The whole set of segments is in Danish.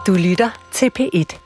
Du lytter til P1.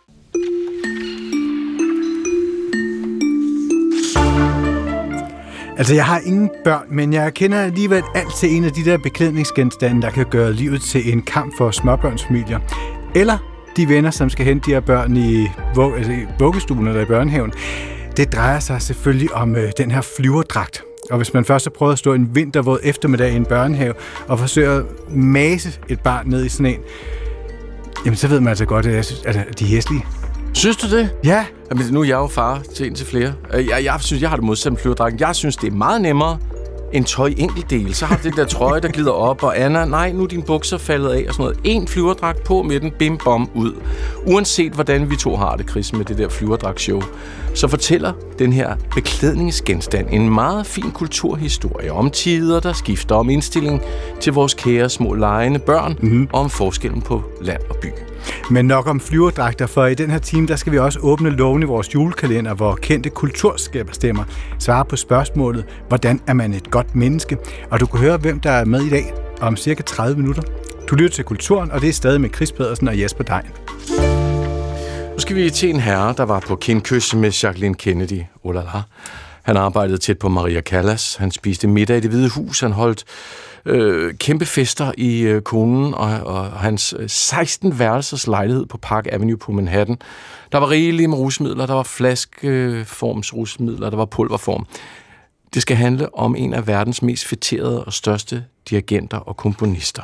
Altså, jeg har ingen børn, men jeg kender alligevel alt til en af de der beklædningsgenstande, der kan gøre livet til en kamp for småbørnsfamilier. Eller de venner, som skal hente de her børn i vuggestuen eller i børnehaven. Det drejer sig selvfølgelig om den her flyverdragt. Og hvis man først har prøvet at stå en vintervåd eftermiddag i en børnehave og forsøger at mase et barn ned i sådan en, jamen så ved man altså godt, at jeg synes, at de er hæslige. Synes du det? Ja. Jamen, nu er jeg jo far til en til flere. Jeg synes, jeg har det modsatte med flyverdragten. Jeg synes, det er meget nemmere end tøj i enkeltdele. Så har du den der trøje, der glider op, og Anna, nej, nu er din bukser faldet af, og sådan noget. En flyverdragt på med den, bim bom ud. Uanset hvordan vi to har det, Chris, med det der flyverdragtshow, så fortæller den her beklædningsgenstand en meget fin kulturhistorie om tider, der skifter, om indstilling til vores kære små legende børn, og om forskellen på land og by. Men nok om flyverdragter, for i den her time, der skal vi også åbne loven i vores julekalender, hvor kendte kulturskaberstemmer svarer på spørgsmålet, hvordan er man et godt menneske? Og du kan høre, hvem der er med i dag om cirka 30 minutter. Du lytter til Kulturen, og det er stadig med Chris Pedersen og Jesper Dein. Nu skal vi til en herre, der var på kindkys med Jacqueline Kennedy. Oh la la. Han arbejdede tæt på Maria Callas. Han spiste middag i Det Hvide Hus. Han holdt kæmpe fester i konen og hans 16 værelsers lejlighed på Park Avenue på Manhattan. Der var rigeligt med rusmidler, der var flaskeforms rusmidler, der var pulverform. Det skal handle om en af verdens mest fætterede og største dirigenter og komponister.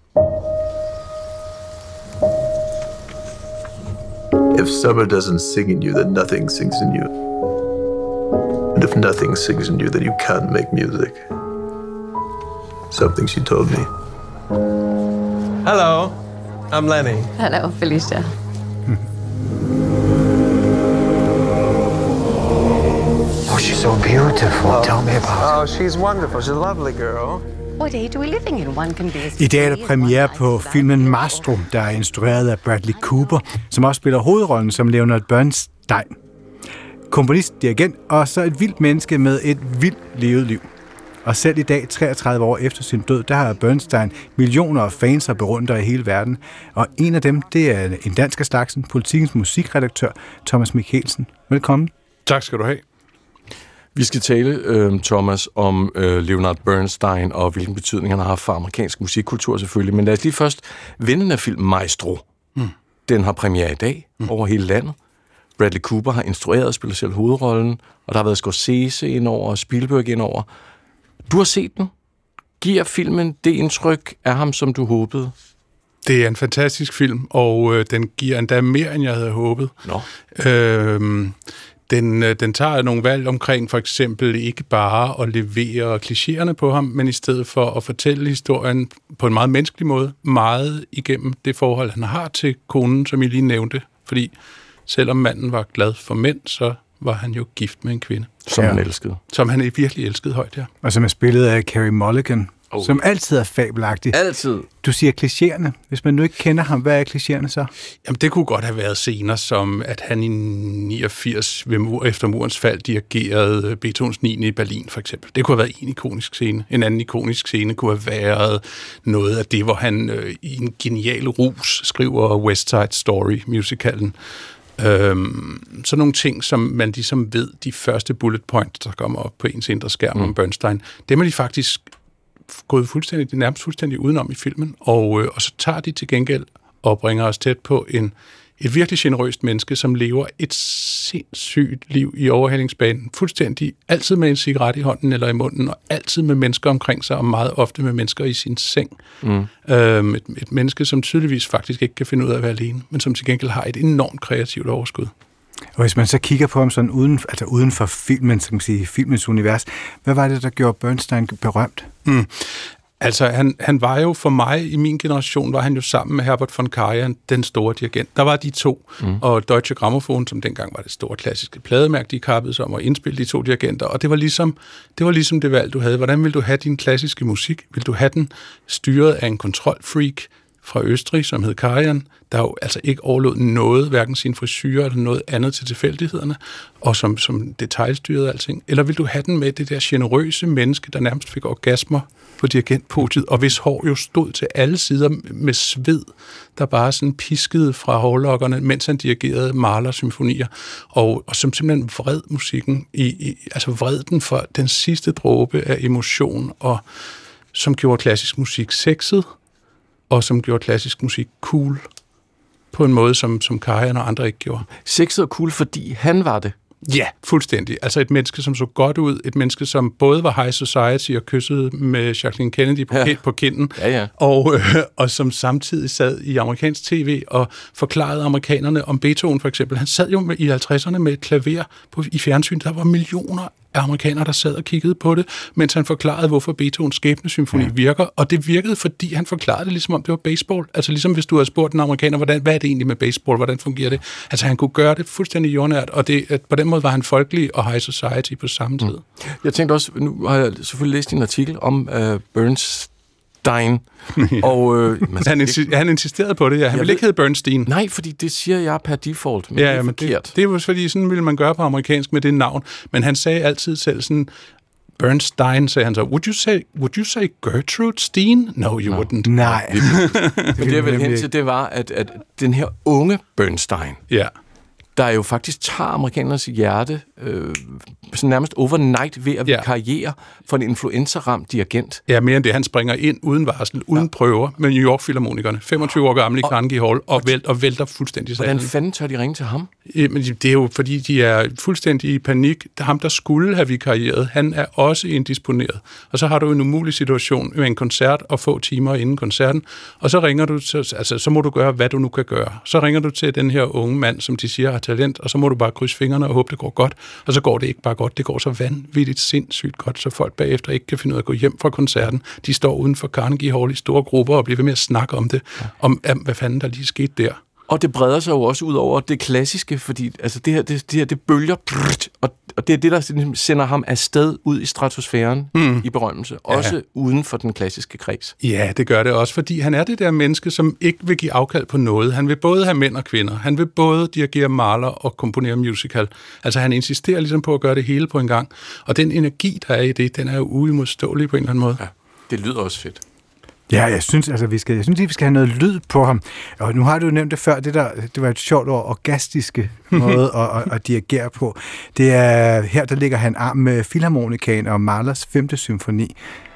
If summer doesn't sing in you, then nothing sings in you. And if nothing sings in you, then you can't make music. Something she told me. Hello, I'm Lenny. Hello, Felicia. Oh, she's so beautiful. Tell me about her. Oh, she's wonderful. She's a lovely girl. What age are we living in? One can be as I dag er der premiere på filmen Maestro, der er instrueret af Bradley Cooper, som også spiller hovedrollen som Leonard Bernstein. Komponist, dirigent og så et vildt menneske med et vildt levet liv. Og selv i dag, 33 år efter sin død, der har Bernstein millioner af fans og berundere i hele verden. Og en af dem, det er en dansk af slagsen, Politikens musikredaktør, Thomas Michelsen. Velkommen. Tak skal du have. Vi skal tale, Thomas, om Leonard Bernstein og hvilken betydning han har haft for amerikansk musikkultur selvfølgelig. Men lad os lige først vende den af film Maestro. Den har premiere i dag over hele landet. Bradley Cooper har instrueret og spiller selv hovedrollen, og der har været Scorsese indover og Spielberg indover. Du har set den. Giver filmen det indtryk af ham, som du håbede? Det er en fantastisk film, og den giver endda mere, end jeg havde håbet. Den tager nogle valg omkring for eksempel ikke bare at levere klichéerne på ham, men i stedet for at fortælle historien på en meget menneskelig måde, meget igennem det forhold, han har til konen, som I lige nævnte. Fordi selvom manden var glad for mænd, så var han jo gift med en kvinde. Som han elskede. Som han virkelig elskede højt, ja. Og som er spillet af Carey Mulligan, som altid er fabelagtig. Altid. Du siger klichéerne. Hvis man nu ikke kender ham, hvad er klichéerne så? Jamen, det kunne godt have været scener, som at han i 89 efter murens fald dirigerede Beethovens 9. i Berlin, for eksempel. Det kunne have været en ikonisk scene. En anden ikonisk scene kunne have været noget af det, hvor han i en genial rus skriver West Side Story, musicalen. Sådan nogle ting, som man ligesom ved, de første bullet points, der kommer op på ens indre skærm om Bernstein, dem er de faktisk gået nærmest fuldstændig udenom i filmen, og så tager de til gengæld og bringer os tæt på et virkelig generøst menneske, som lever et sindssygt liv i overhalingsbanen, fuldstændig, altid med en cigaret i hånden eller i munden, og altid med mennesker omkring sig, og meget ofte med mennesker i sin seng. Et menneske, som tydeligvis faktisk ikke kan finde ud af at være alene, men som til gengæld har et enormt kreativt overskud. Og hvis man så kigger på ham sådan uden for filmen, så kan man sige, filmens univers, hvad var det, der gjorde Bernstein berømt? Altså, han var jo for mig, i min generation, var han jo sammen med Herbert von Karajan, den store dirigent. Der var de to, og Deutsche Grammophon, som dengang var det store klassiske plademærke, de kappede sig om at indspille de to dirigenter, og det var ligesom det valg, du havde. Hvordan vil du have din klassiske musik? Vil du have den styret af en kontrolfreak fra Østrig, som hed Karajan, der jo altså ikke overlod noget, hverken sin frisyrer eller noget andet til tilfældighederne, og som detaljstyrede alting? Eller vil du have den med det der generøse menneske, der nærmest fik orgasmer på dirigentpodiet, og hvis hår jo stod til alle sider med sved, der bare sådan piskede fra hårlokkerne, mens han dirigerede Mahler-symfonier, og som simpelthen vred musikken, altså vred den for den sidste dråbe af emotion, og som gjorde klassisk musik sexet, og som gjorde klassisk musik cool, på en måde, som Karajan og andre ikke gjorde. Sexet og cool, fordi han var det. Ja, fuldstændig. Altså et menneske, som så godt ud, et menneske, som både var high society og kyssede med Jacqueline Kennedy på kinden, og som samtidig sad i amerikansk tv og forklarede amerikanerne om Beethoven for eksempel. Han sad jo i 50'erne med et klaver i fjernsyn. Der var millioner af amerikanere, der sad og kiggede på det, mens han forklarede, hvorfor Beethovens skæbnesymfoni virker, og det virkede, fordi han forklarede det, ligesom om det var baseball. Altså ligesom hvis du havde spurgt en amerikaner, hvad er det egentlig med baseball, hvordan fungerer det? Altså han kunne gøre det fuldstændig jordnært, og på den måde var han folkelig og high society på samme tid. Jeg tænkte også, nu har jeg selvfølgelig læst en artikel om Bernstein, og han insisterede på det, ja. Han ville ikke hedde Bernstein. Nej, fordi det siger jeg per default, men det er forkert. Det var fordi, sådan ville man gøre på amerikansk med det navn, men han sagde altid selv sådan, Bernstein, sagde han så, would you say Gertrude Steen? No, you wouldn't. Nej. Men det jeg ville hen til, det var, at den her unge Bernstein, der jo faktisk tager amerikanernes hjerte sådan nærmest overnight ved at vikariere for en influenza-ramt dirigent. Ja, mere end det. Han springer ind uden varsel, uden prøver med New York-filharmonikerne. 25 år gammel i Carnegie Hall, og vælter fuldstændig salen. Hvordan fanden tør de ringe til ham? Men det er jo, fordi de er fuldstændig i panik. Ham, der skulle have vikarieret, han er også indisponeret. Og så har du en umulig situation med en koncert og få timer inden koncerten, og så ringer du til, så må du gøre, hvad du nu kan gøre. Så ringer du til den her unge mand, som de siger har talent, og så må du bare krydse fingrene og håbe, det går godt. Og så går det ikke bare godt, det går så vanvittigt sindssygt godt, så folk bagefter ikke kan finde ud af at gå hjem fra koncerten. De står uden for Carnegie Hall i store grupper og bliver ved med at snakke om det, om hvad fanden der lige skete der. Og det breder sig jo også ud over det klassiske, fordi altså det her bølger, og det er det, der sender ham afsted ud i stratosfæren i berømmelse, også uden for den klassiske kreds. Ja, det gør det også, fordi han er det der menneske, som ikke vil give afkald på noget. Han vil både have mænd og kvinder. Han vil både dirigere Mahler og komponere musical. Altså han insisterer ligesom på at gøre det hele på en gang. Og den energi, der er i det, den er jo uimodståelig på en eller anden måde. Ja, det lyder også fedt. Ja, jeg synes, vi skal have noget lyd på ham. Og nu har du jo nævnt det før, det var et sjovt ord, orgastiske måde at dirigere på. Det er her, der ligger han arm med filharmonikaen og Mahlers 5. symfoni.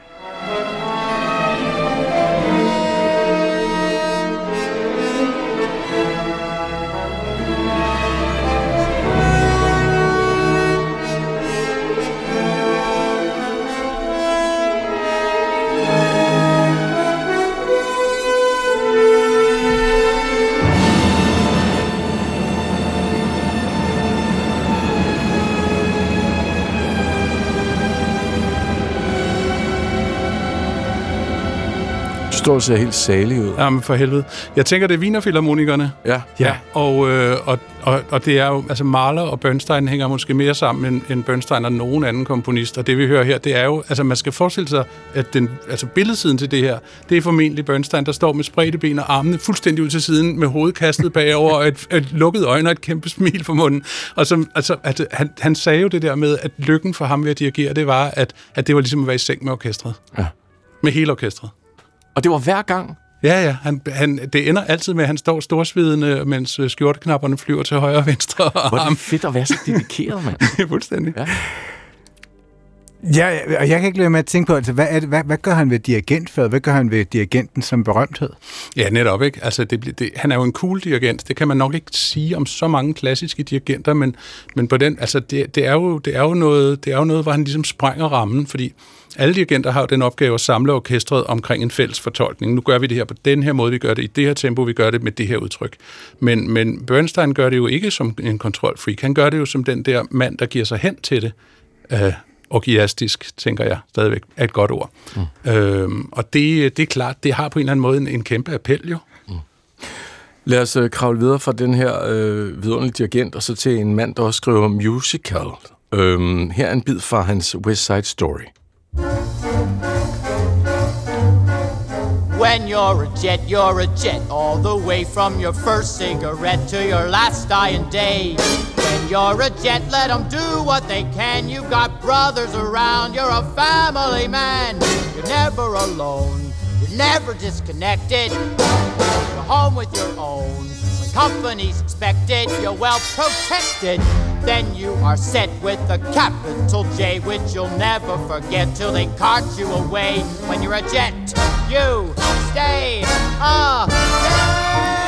Står ser helt salig ud. Jamen for helvede. Jeg tænker, det er Wienerfilharmonikerne. Ja. Og det er jo, altså Mahler og Bernstein hænger måske mere sammen end Bernstein og nogen anden komponist. Og det vi hører her, det er jo, altså man skal forestille sig, at billedsiden til det her, det er formentlig Bernstein, der står med spredte ben og armene fuldstændig ud til siden, med hovedet kastet bagover og et lukket øjne og et kæmpe smil for munden. Og han sagde jo det der med, at lykken for ham ved at dirigere, det var, at det var ligesom at være i seng med orkestret. Ja. Med hele orkestret. Og det var hver gang? Ja. Det ender altid med, at han står storsvedende, mens skjorteknapperne flyver til højre og venstre. Hvor er det fedt at være så dedikeret, mand. Fuldstændig. Ja. Ja, og jeg kan ikke lade med at tænke på, altså, hvad gør han ved dirigentfaget? Hvad gør han ved dirigenten som berømthed? Ja, netop ikke. Altså, han er jo en cool dirigent. Det kan man nok ikke sige om så mange klassiske dirigenter, men på den, altså, det er jo noget, hvor han ligesom sprænger rammen, fordi alle dirigenter har jo den opgave at samle orkestret omkring en fælles fortolkning. Nu gør vi det her på den her måde, vi gør det i det her tempo, vi gør det med det her udtryk. Men Bernstein gør det jo ikke som en kontrolfreak. Han gør det jo som den der mand, der giver sig hen til det. Orgiastisk, tænker jeg stadigvæk, er et godt ord. Og det er klart, det har på en eller anden måde en kæmpe appel jo. Lad os kravle videre fra den her vidunderlige dirigent, og så til en mand, der også skriver musical. Her er en bid fra hans West Side Story. When you're a jet all the way from your first cigarette to your last dying day. When you're a jet, let them do what they can. You've got brothers around, you're a family man. You're never alone, you're never disconnected. You're home with your own. When company's expected, you're well protected. Then you are set with a capital J, which you'll never forget till they cart you away. When you're a jet, you stay a jet.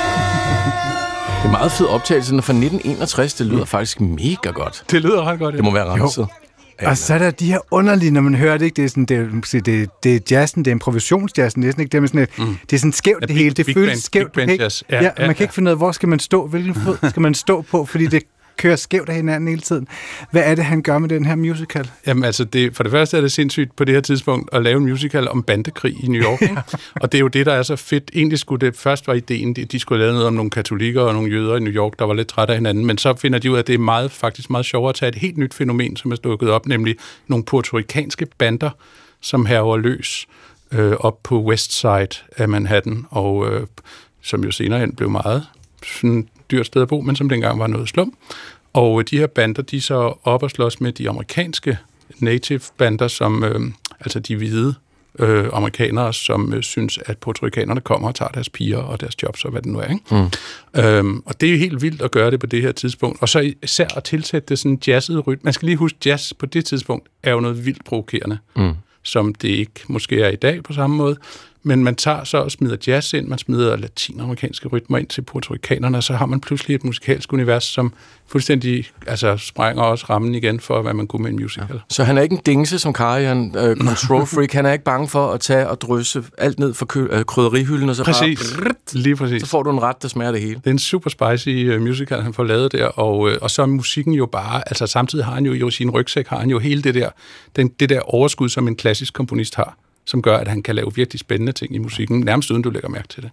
Det er meget fed optagelse fra 1961. Det lyder faktisk mega godt. Det lyder ret godt, ja. Det må være renset. Og så er der de her underlige, når man hører det, ikke? Det er sådan, det er jazzen, det er improvisationsjazzen, det er sådan, ikke? Det er sådan det er sådan skævt det hele, det føles skævt. Man kan ikke finde ud af, hvor skal man stå, hvilken fod skal man stå på, fordi det kører skævt af hinanden hele tiden. Hvad er det, han gør med den her musical? Jamen altså, for det første er det sindssygt på det her tidspunkt at lave en musical om bandekrig i New York. Og det er jo det, der er så fedt. Egentlig skulle det først var ideen, de skulle lave noget om nogle katolikker og nogle jøder i New York, der var lidt trætte af hinanden. Men så finder de ud af, at det er faktisk meget sjovere at tage et helt nyt fænomen, som er dukket op, nemlig nogle puertoricanske bander, som hærger løs op på West Side af Manhattan, og som jo senere hen blev meget sådan dyrt sted at bo, men som dengang var noget slum. Og de her bander, de er så op og slås med de amerikanske native bander, som altså de hvide amerikanere, som synes, at puertoricanerne kommer og tager deres piger og deres jobs og hvad det nu er. Ikke? Og det er jo helt vildt at gøre det på det her tidspunkt. Og så især at tilsætte det sådan jazzet rytme. Man skal lige huske, jazz på det tidspunkt er jo noget vildt provokerende, som det ikke måske er i dag på samme måde. Men man tager så og smider jazz ind, man smider latinamerikanske rytmer ind til puertoricanerne, og så har man pludselig et musikalsk univers, som fuldstændig sprænger også rammen igen for, hvad man kunne med en musical. Ja. Så han er ikke en dingse som Karajan, control freak. Han er ikke bange for at tage og drysse alt ned for krydderihylden, og så lige præcis. Så får du en ret, der smager det hele. Det er en super spicy musical, han får lavet der, og så er musikken jo bare, altså samtidig har han jo i sin rygsæk, har han jo hele det der overskud, som en klassisk komponist har, som gør, at han kan lave virkelig spændende ting i musikken, nærmest uden du lægger mærke til det.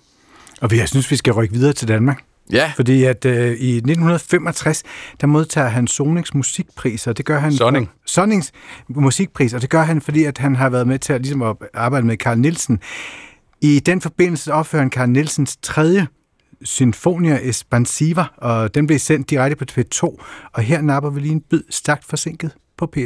Og jeg synes, vi skal rykke videre til Danmark. Ja. Fordi at i 1965, der modtager han Sonnings musikpris, og det gør han... Sonnings musikpris, og det gør han, fordi at han har været med til at arbejde med Carl Nielsen. I den forbindelse opfører han Carl Nielsens 3. Sinfonia Espansiva, og den blev sendt direkte på P2, og her napper vi lige en bid stærkt forsinket på P1.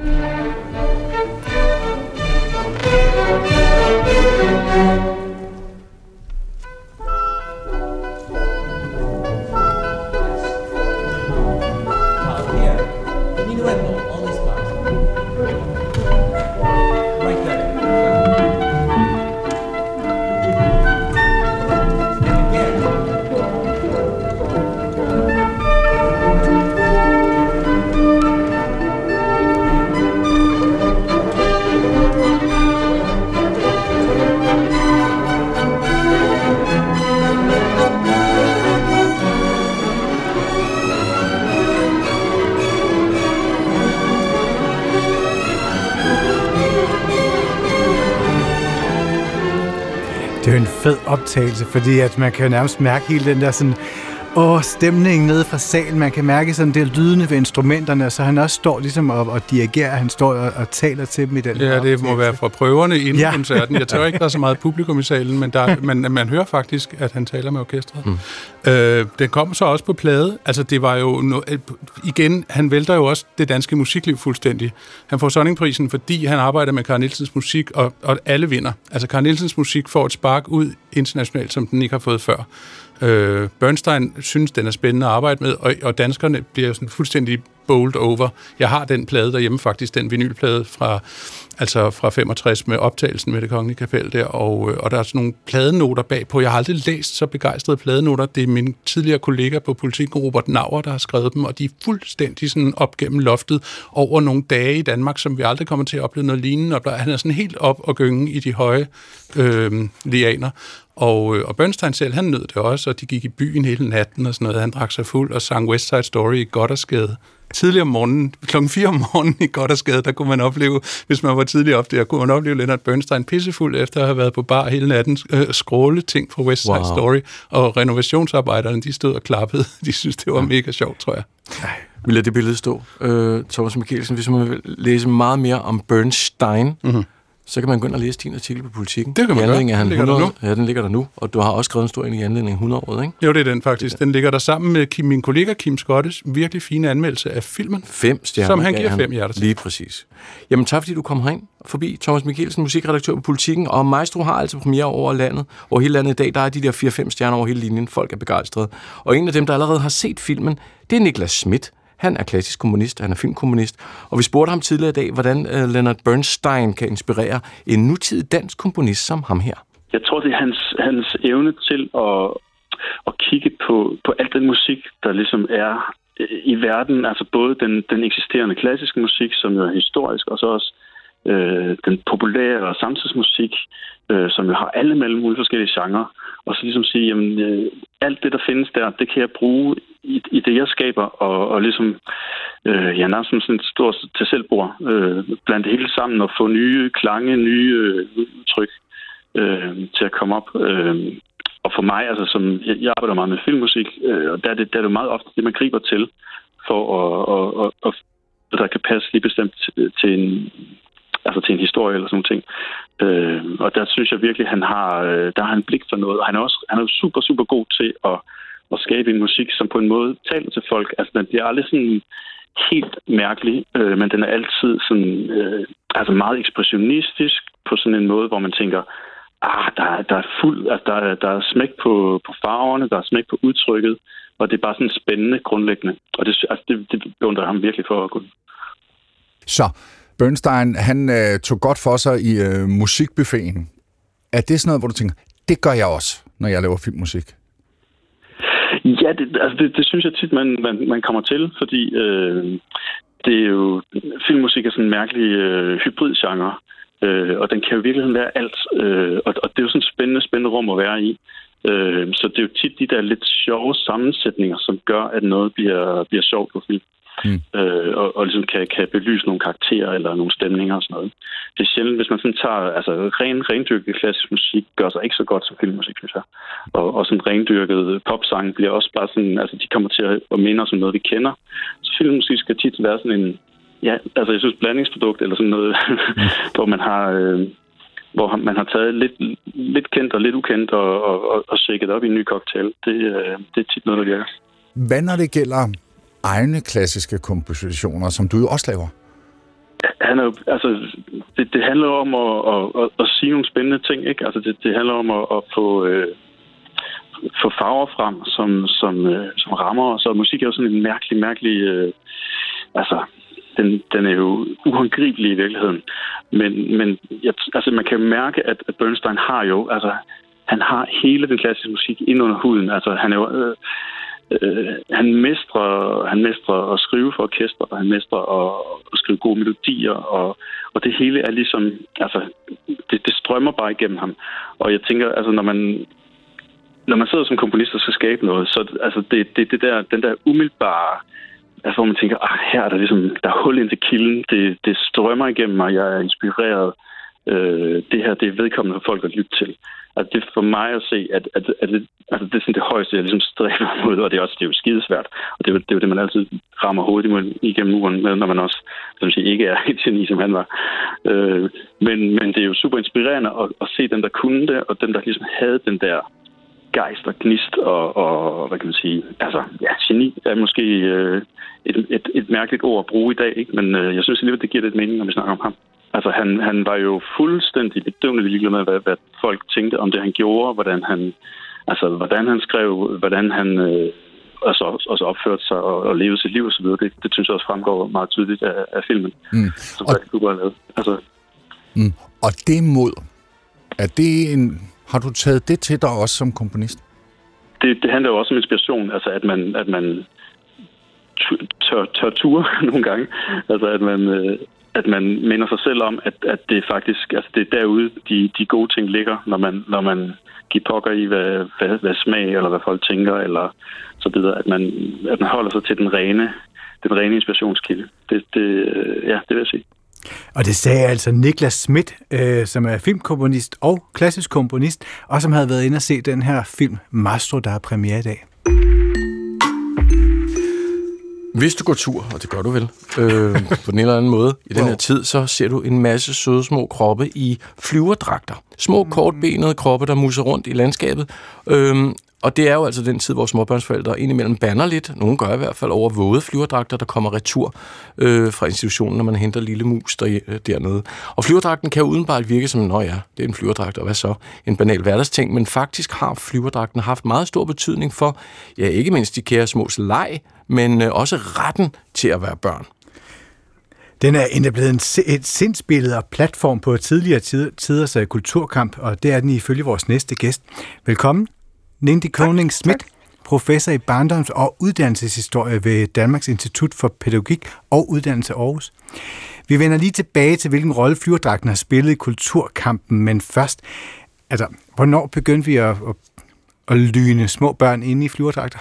Det er jo en fed optagelse, fordi at man kan jo nærmest mærke hele den der sådan, stemningen nede fra salen. Man kan mærke sådan det lydende ved instrumenterne, og så han også står ligesom og dirigerer. Han står og taler til dem i den Ja, det må være fra prøverne inden koncerten. Jeg tror ikke, der er så meget publikum i salen, men man hører faktisk, at han taler med orkestret. Den kom så også på plade. Altså, det var jo... igen, han vælter jo også det danske musikliv fuldstændig. Han får Sonningprisen, fordi han arbejder med Carl Nielsens musik, og alle vinder. Altså, Carl Nielsens musik får et spark ud internationalt, som den ikke har fået før. Bernstein synes, den er spændende at arbejde med, og danskerne bliver sådan fuldstændig bowled over. Jeg har den plade derhjemme faktisk, den vinylplade fra 65 med optagelsen med Det Kongelige Kapel der, og der er sådan nogle pladenoter bagpå. Jeg har aldrig læst så begejstrede pladenoter. Det er min tidligere kollega på Politiken, Robert Nauer, der har skrevet dem, og de er fuldstændig sådan op gennem loftet over nogle dage i Danmark, som vi aldrig kommer til at opleve noget lignende. Og han er sådan helt op og gynge i de høje lianer. Og Bernstein selv, han nød det også, og de gik i byen hele natten og sådan noget. Han drak sig fuld og sang West Side Story i Gothersgade. Tidligere om morgenen, klokken 4 om morgenen i Gothersgade, der kunne man opleve, hvis man var tidlig op der, kunne man opleve Leonard Bernstein pissefuld efter at have været på bar hele natten, skråle ting fra West Side Story, og renovationsarbejderne, de stod og klappede. De synes, det var mega sjovt, tror jeg. Vi lader det billede stå. Thomas Michelsen, hvis man vil læse meget mere om Bernstein, så kan man gå ind og læse din artikel på Politikken. Det kan man gøre. Den ligger der nu. Ja, den ligger der nu. Og du har også skrevet en stor i anledning af 100-året, ikke? Jo, det er den faktisk. Den ligger der sammen med min kollega Kim Skottes virkelig fine anmeldelse af filmen. 5 stjerner. Som han giver 5 hjerter til. Lige præcis. Jamen tak, fordi du kom herind forbi. Thomas Michelsen, musikredaktør på Politikken. Og Maestro har altså premiere over landet. Over hele landet i dag, der er de der 4-5 stjerner over hele linjen. Folk er begejstrede. Og en af dem, der allerede har set filmen, det er Niklas Schmidt. Han er klassisk komponist, han er filmkomponist, og vi spurgte ham tidligere i dag, hvordan Leonard Bernstein kan inspirere en nutidig dansk komponist som ham her. Jeg tror, det er hans evne til at kigge på alt den musik, der ligesom er i verden, altså både den eksisterende klassiske musik, som jo er historisk, og så også den populære samtidsmusik, som jo har alle mellem mulige forskellige genrer, og så ligesom sige, jamen alt det, der findes der, det kan jeg bruge i det, jeg skaber, og ligesom nærmest som sådan et stort til selvbord, blandt det hele sammen og få nye klange, nye udtryk til at komme op. Og for mig, altså som jeg arbejder meget med filmmusik, og der er det meget ofte det, man griber til, for at der kan passe lige bestemt til en historie eller sådan ting. Og der synes jeg virkelig, han har en blik for noget. Og han er jo super, super god til at skabe en musik, som på en måde taler til folk. Altså, den bliver aldrig sådan helt mærkelig, men den er altid sådan, meget ekspressionistisk på sådan en måde, hvor man tænker, der er fuld, altså, der er smæk på farverne, der er smæk på udtrykket, og det er bare sådan spændende grundlæggende. Og det beundrer ham virkelig for at kunne. Så Bernstein, han tog godt for sig i musikbuffeten. Er det sådan noget, hvor du tænker, det gør jeg også, når jeg laver filmmusik? Ja, det synes jeg tit, man kommer til, fordi det er jo, filmmusik er sådan en mærkelig hybridgenre, og den kan jo virkelig være alt, og det er jo sådan et spændende rum at være i. Så det er jo tit de der lidt sjove sammensætninger, som gør, at noget bliver sjovt på film. Og ligesom kan belyse nogle karakterer eller nogle stemninger og sådan noget. Det er sjældent, hvis man sådan tager, altså rendyrket klassisk musik gør sig ikke så godt som filmmusik, synes jeg. Og sådan rendyrket popsang bliver også bare sådan, altså de kommer til at minde os om noget, vi kender. Så filmmusik skal tit være sådan en, altså jeg synes blandingsprodukt eller sådan noget, hvor man har taget lidt kendt og lidt ukendt og shaket op i en ny cocktail. Det er tit noget, der virker. Hvad når det gælder egne klassiske kompositioner, som du jo også laver? Det handler om at sige nogle spændende ting, ikke? Altså det handler om at få farver frem, som rammer, og så musik er jo sådan en mærkelig den er jo uhåndgribelig i virkeligheden. Men man kan mærke, at Bernstein har jo, altså han har hele den klassiske musik ind under huden. Altså han er jo han mestrer at skrive for orkester, og han mestrer at skrive gode melodier, og det hele er ligesom, altså det strømmer bare igennem ham. Og jeg tænker, altså når man sidder som komponist og skal skabe noget, så altså det der, den der umiddelbare, altså hvor man tænker, her er der ligesom, der er hul ind til kilden, det strømmer igennem mig, jeg er inspireret, det her, det er vedkommende for folk at lytte til. Altså det er for mig at se, at det er sådan det højeste, jeg ligesom stræber mod, og det er jo skidesvært. Og det er jo det, man altid rammer hovedet igennem muren med, når man også som siger, ikke er et geni, som han var. Men det er jo super inspirerende at se dem, der kunne det, og dem, der ligesom havde den der gejst og gnist og hvad kan man sige, altså ja, geni er måske et mærkeligt ord at bruge i dag, ikke? Men jeg synes alligevel, det giver lidt mening, når vi snakker om ham. Altså, han var jo fuldstændig bedøvende ligeglad med, hvad folk tænkte om det, han gjorde, hvordan han skrev, hvordan han også opførte sig og levede sit liv og så videre. Det synes jeg også fremgår meget tydeligt af filmen, som Bradley Cooper har lavet. Altså. Og det mod, har du taget det til dig også som komponist? Det handler jo også om inspiration, altså at man tør ture nogle gange, altså at man minder sig selv om, at det faktisk, altså det er derude, de gode ting ligger, når man giver pokker i, hvad smag, eller hvad folk tænker, eller så videre, at man holder sig til den rene inspirationskilde. Det vil jeg sige. Og det sagde altså Niklas Schmidt, som er filmkomponist og klassisk komponist, og som havde været inde og se den her film Maestro, der har premiere i dag. Hvis du går tur, og det gør du vel, på den eller anden måde i den her tid, så ser du en masse søde små kroppe i flyverdragter. Små, kortbenede kroppe, der muser rundt i landskabet. Og det er jo altså den tid, hvor småbørnsforældre indimellem banner lidt. Nogle gør i hvert fald over våde flyverdragter, der kommer retur fra institutionen, når man henter lille mus dernede. Og flyverdragten kan jo udenbart virke som, nå ja, det er en flyverdragt, og hvad så? En banal hverdagsting. Men faktisk har flyverdragten haft meget stor betydning for, ja, ikke mindst de kære smås leg, men også retten til at være børn. Den er endda blevet et sindsbillede og platform på tidligere tiders kulturkamp, og det er den ifølge vores næste gæst. Velkommen, Nindy Koning-Schmidt, professor i barndoms- og uddannelseshistorie ved Danmarks Institut for Pædagogik og Uddannelse Aarhus. Vi vender lige tilbage til, hvilken rolle flyverdragten har spillet i kulturkampen, men først, altså, hvornår begyndte vi at lyne små børn inde i flyverdragter?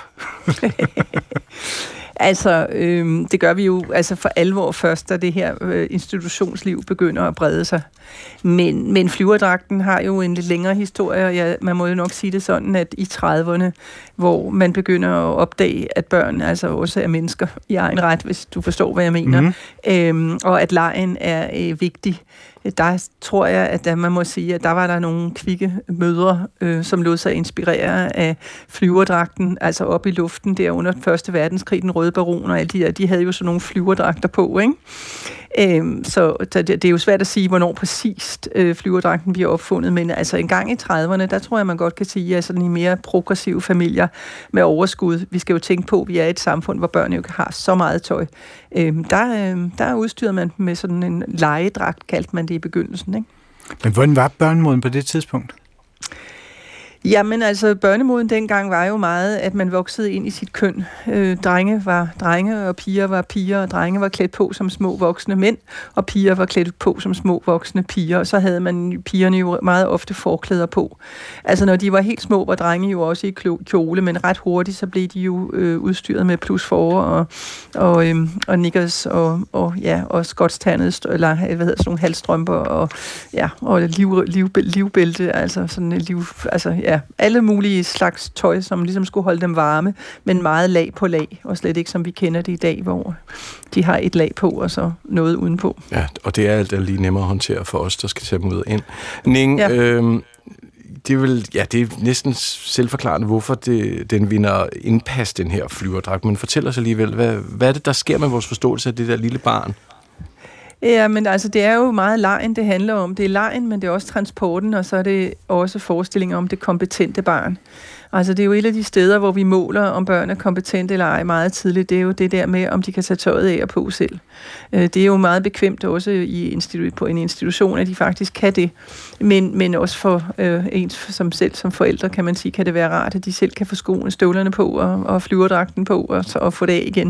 Altså, det gør vi jo altså for alvor først, da det her institutionsliv begynder at brede sig. Men flyverdragten har jo en lidt længere historie, og man må jo nok sige det sådan, at i 30'erne, hvor man begynder at opdage, at børn altså også er mennesker i egen ret, hvis du forstår, hvad jeg mener, og at legen er vigtig. Der tror jeg, at man må sige, at der var der nogle kvikke mødre, som lod sig inspirere af flyverdragten, altså op i luften der under 1. verdenskrig, den røde baron og alle de der, de havde jo sådan nogle flyverdragter på, ikke? Så det er jo svært at sige, hvornår præcist flyverdragten bliver opfundet, men altså en gang i 30'erne, der tror jeg, man godt kan sige, at sådan i mere progressive familier med overskud, vi skal jo tænke på, at vi er et samfund, hvor børn jo ikke har så meget tøj. Der udstyrede man med sådan en legedragt, kaldte man det i begyndelsen, ikke? Men hvordan var børnemoden på det tidspunkt? Jamen altså, børnemoden dengang var jo meget, at man voksede ind i sit køn. Drenge var drenge, og piger var piger, og drenge var klædt på som små voksne mænd, og piger var klædt på som små voksne piger, og så havde man pigerne jo meget ofte forklæder på. Altså, når de var helt små, var drenge jo også i kjole, men ret hurtigt, så blev de jo udstyret med plusformer og knickers og skotstandet, eller hvad hedder sådan nogle halsstrømper, og livbælte, altså sådan alle mulige slags tøj, som ligesom skulle holde dem varme, men meget lag på lag, og slet ikke som vi kender det i dag, hvor de har et lag på, og så noget udenpå. Ja, og det er alt lige nemmere at håndtere for os, der skal tage dem ud og ind. Ning, det er næsten selvforklarende, hvorfor den vinder indpas, den her flyverdragt, men fortæl os alligevel, hvad er det, der sker med vores forståelse af det der lille barn? Ja, men altså, det er jo meget legen, det handler om. Det er legen, men det er også transporten, og så er det også forestillinger om det kompetente barn. Altså, det er jo et af de steder, hvor vi måler, om børn er kompetente eller ej meget tidligt. Det er jo det der med, om de kan tage tøjet af og på selv. Det er jo meget bekvemt også på en institution, at de faktisk kan det. Men også for ens som forældre, kan man sige, kan det være rart, at de selv kan få støvlerne på og flyverdragten på og få det af igen.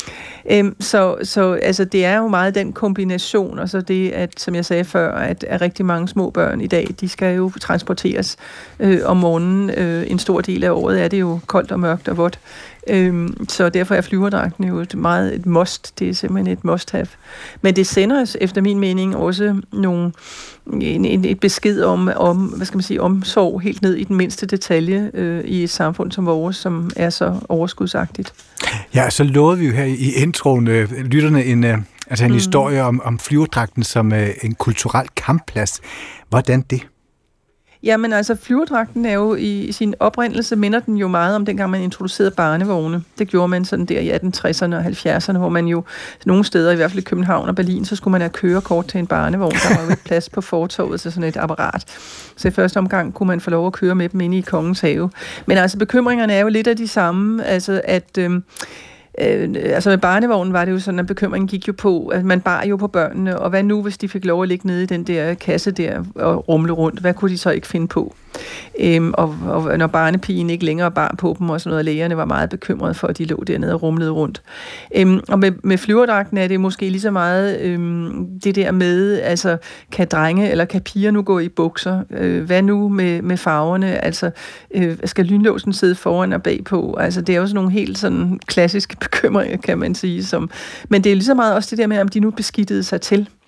Så altså, det er jo meget den kombination, og så det, at, som jeg sagde før, at rigtig mange små børn i dag, de skal jo transporteres om morgenen. En stor del af året er det jo koldt og mørkt og vådt. Så derfor er flyverdragten jo et must. Det er simpelthen et must-have. Men det sender os, efter min mening, også et besked om, hvad skal man sige, omsorg helt ned i den mindste detalje i et samfund som vores, som er så overskudsagtigt. Ja, så lovede vi jo her i introen lytterne en historie om flyverdragten som en kulturel kampplads. Hvordan det? Jamen altså, flyverdragten er jo i sin oprindelse, minder den jo meget om dengang man introducerede barnevogne. Det gjorde man sådan der i 1860'erne og 70'erne, hvor man jo nogle steder, i hvert fald i København og Berlin, så skulle man have kørekort til en barnevogn. Der var jo ikke plads på fortovet til sådan et apparat. Så i første omgang kunne man få lov at køre med dem inde i Kongens Have. Men altså, bekymringerne er jo lidt af de samme, altså at med barnevognen var det jo sådan, at bekymringen gik jo på, at man bar jo på børnene, og hvad nu, hvis de fik lov at ligge nede i den der kasse der og rumle rundt? Hvad kunne de så ikke finde på? Og når barnepigen ikke længere bar på dem og sådan noget, lægerne var meget bekymrede for, at de lå dernede og rumlede rundt. Og med flyverdragten er det måske lige så meget det der med, altså kan drenge eller kan piger nu gå i bukser? Hvad nu med farverne? Altså skal lynlåsen sidde foran og bagpå? Altså det er jo sådan nogle helt sådan klassiske bekymringer, kan man sige. Men det er lige så meget også det der med, om de nu beskittede sig til.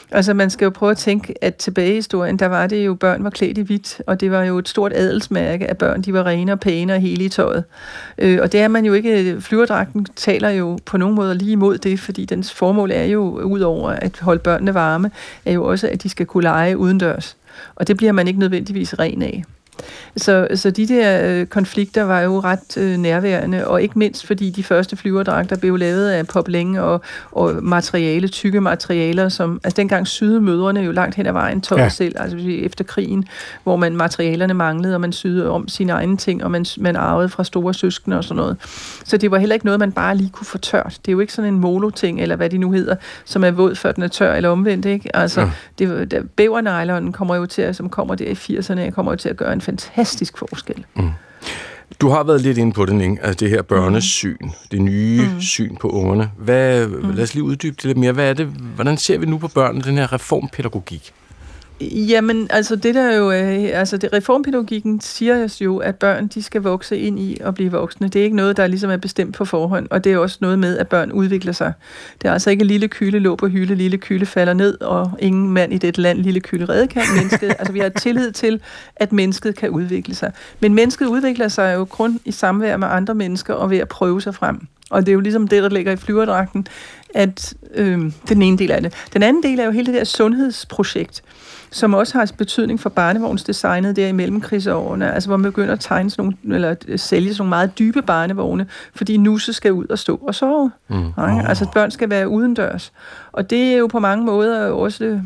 Altså, man skal jo prøve at tænke, at tilbage i historien, der var det jo, børn var klædt i hvidt, og det var jo et stort adelsmærke, at børn, de var rene og pæne og hele i tøjet. Og det er man jo ikke, flyverdragten taler jo på nogen måde lige imod det, fordi dens formål er jo, udover at holde børnene varme, er jo også, at de skal kunne lege udendørs. Og det bliver man ikke nødvendigvis ren af. Så de der konflikter var jo ret nærværende, og ikke mindst fordi de første flyverdragter blev lavet af poplin og materiale, tykke materialer, som altså dengang syede mødrene jo langt hen ad vejen tøj selv, altså efter krigen, hvor materialerne manglede, og man syede om sine egne ting, og man arvede fra store søskende og sådan noget. Så det var heller ikke noget, man bare lige kunne få tørt. Det er jo ikke sådan en molo-ting, eller hvad de nu hedder, som er våd, før den er tør, eller omvendt, ikke? Altså, bævernylon kommer jo til, som kommer der i 80'erne, kommer jo til at gøre en fantastisk forskel. Mm. Du har været lidt inde på det, ikke? Altså det her børnesyn, det nye syn på ungerne. Lad os lige uddybe det lidt mere. Hvad er det? Hvordan ser vi nu på børnene, den her reformpædagogik? Jamen, altså det der jo, reformpædagogikken siger os jo, at børn, de skal vokse ind i og blive voksne. Det er ikke noget, der ligesom er bestemt på forhånd, og det er også noget med, at børn udvikler sig. Det er altså ikke lille kyle lå på hylde, lille kyle falder ned, og ingen mand i det land, lille kyle redde kan mennesket. Altså vi har tillid til, at mennesket kan udvikle sig. Men mennesket udvikler sig jo kun i samvær med andre mennesker og ved at prøve sig frem. Og det er jo ligesom det, der ligger i flyverdragten, at den ene del af det. Den anden del er jo hele det der sundhedsprojekt, som også har betydning for barnevognsdesignet der i mellemkrigsårene, altså hvor man begynder at tegne sådan nogle, eller sælge sådan nogle meget dybe barnevogne, fordi nusse skal ud og stå og sove. Altså børn skal være udendørs. Og det er jo på mange måder også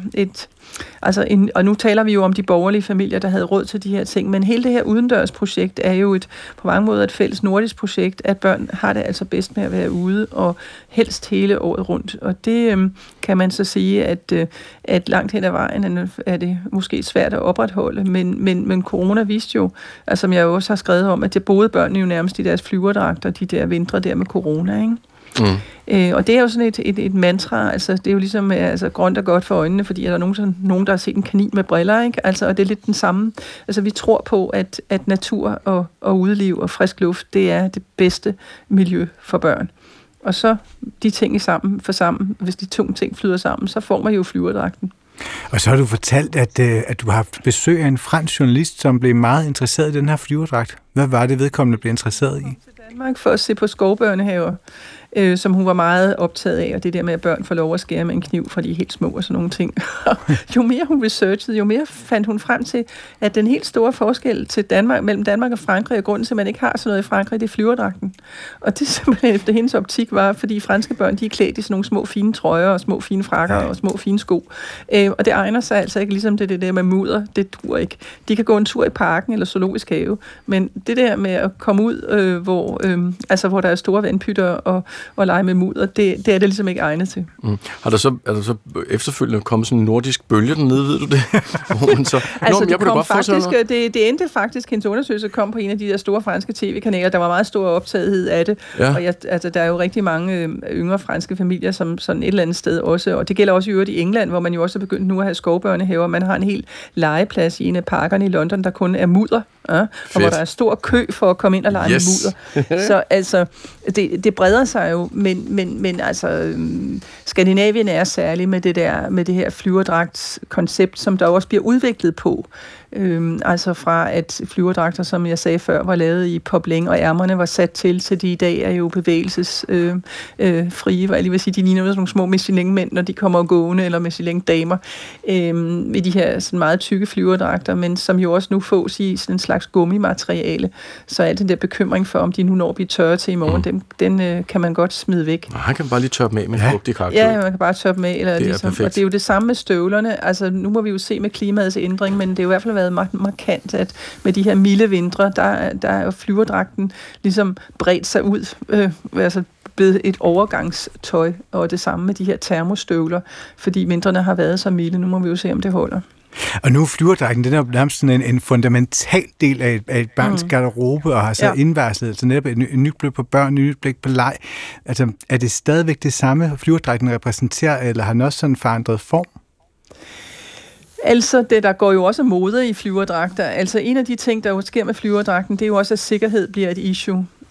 og nu taler vi jo om de borgerlige familier, der havde råd til de her ting, men hele det her udendørsprojekt er jo på mange måder et fælles nordisk projekt, at børn har det altså bedst med at være ude, og helst hele året rundt. Og det kan man så sige, at langt hen ad vejen er det måske svært at opretholde, men corona viste jo, altså som jeg også har skrevet om, at det boede børnene jo nærmest i deres flyverdragter, de der vintre der med corona, ikke? Og det er jo sådan et mantra, altså det er jo ligesom grønt og godt for øjnene, fordi er der nogen, der har set en kanin med briller, ikke? Altså, og det er lidt den samme. Altså vi tror på, at natur og udeliv og frisk luft, det er det bedste miljø for børn. Og så de ting sammen, hvis de to ting flyder sammen, så får man jo flyverdragten. Og så har du fortalt, at du har haft besøg af en fransk journalist, som blev meget interesseret i den her flyverdragt. Hvad var det vedkommende blev interesseret i? Til Danmark for at se på skovbørnehaver, som hun var meget optaget af, og det der med, at børn får lov at skære med en kniv, for de er helt små og sådan nogle ting. Jo mere hun researchede, jo mere fandt hun frem til, at den helt store forskel til Danmark, mellem Danmark og Frankrig, og grunden til, at man ikke har sådan noget i Frankrig, det er flyverdragten. Og det simpelthen efter hendes optik var, fordi franske børn, de er klædt i sådan nogle små fine trøjer, og små fine frakker, og små fine sko. Og det egner sig altså ikke, ligesom det der med mudder, det dur ikke. De kan gå en tur i parken eller zoologisk have, men det der med at komme ud, hvor der er store vandpytter og lege med mudder, det er det ligesom ikke egnet til. Er der så efterfølgende kommet sådan en nordisk bølge dernede, ved du det? Det endte faktisk, hendes undersøgelse kom på en af de der store franske tv-kanaler, der var meget stor optagethed af det, og der er jo rigtig mange yngre franske familier, som sådan et eller andet sted også, og det gælder også i øvrigt i England, hvor man jo også er begyndt nu at have skovbørnehaver. Man har en hel legeplads i en af parkerne i London, der kun er mudder, og hvor der er stor kø for at komme ind og lege med mudder. Så altså, det breder sig jo, men altså, Skandinavien er særlig med det her flyverdragtskoncept, som der også bliver udviklet på. Altså fra at flyverdragter, som jeg sagde før, var lavet i poplin, og ærmerne var sat til de i dag er jo bevægelsesfrie, hvad jeg vil sige, de ligner sådan nogle små Michelin-mænd, når de kommer gående, eller Michelin-damer, med de her sådan meget tykke flyverdragter, men som jo også nu fås i sådan en slags gummimateriale, så al den der bekymring for, om de nu når at blive tørre til i morgen, den kan man godt smide væk. Han kan bare lige tørre med en fugtig karakter. Ja, man kan bare tørre med, eller ligesom, og det er jo det samme med støvlerne, altså nu må vi jo se med klimaets ændring, men det er jo i hvert fald været markant, at med de her milde vintre, der er jo flyverdragten ligesom bredt sig ud, altså blevet et overgangstøj, og det samme med de her termostøvler, fordi vintrene har været så milde. Nu må vi jo se, om det holder. Og nu flyverdragten, den er jo nærmest sådan en fundamental del af et barns garderobe, og har så indvarslet, altså netop et nyt blik på børn, et nyt blik på leg. Altså, er det stadigvæk det samme, flyverdragten repræsenterer, eller har den også sådan forandret form? Altså, der går jo også mode i flyverdragter. Altså, en af de ting, der jo sker med flyverdragten, det er jo også, at sikkerhed bliver et issue.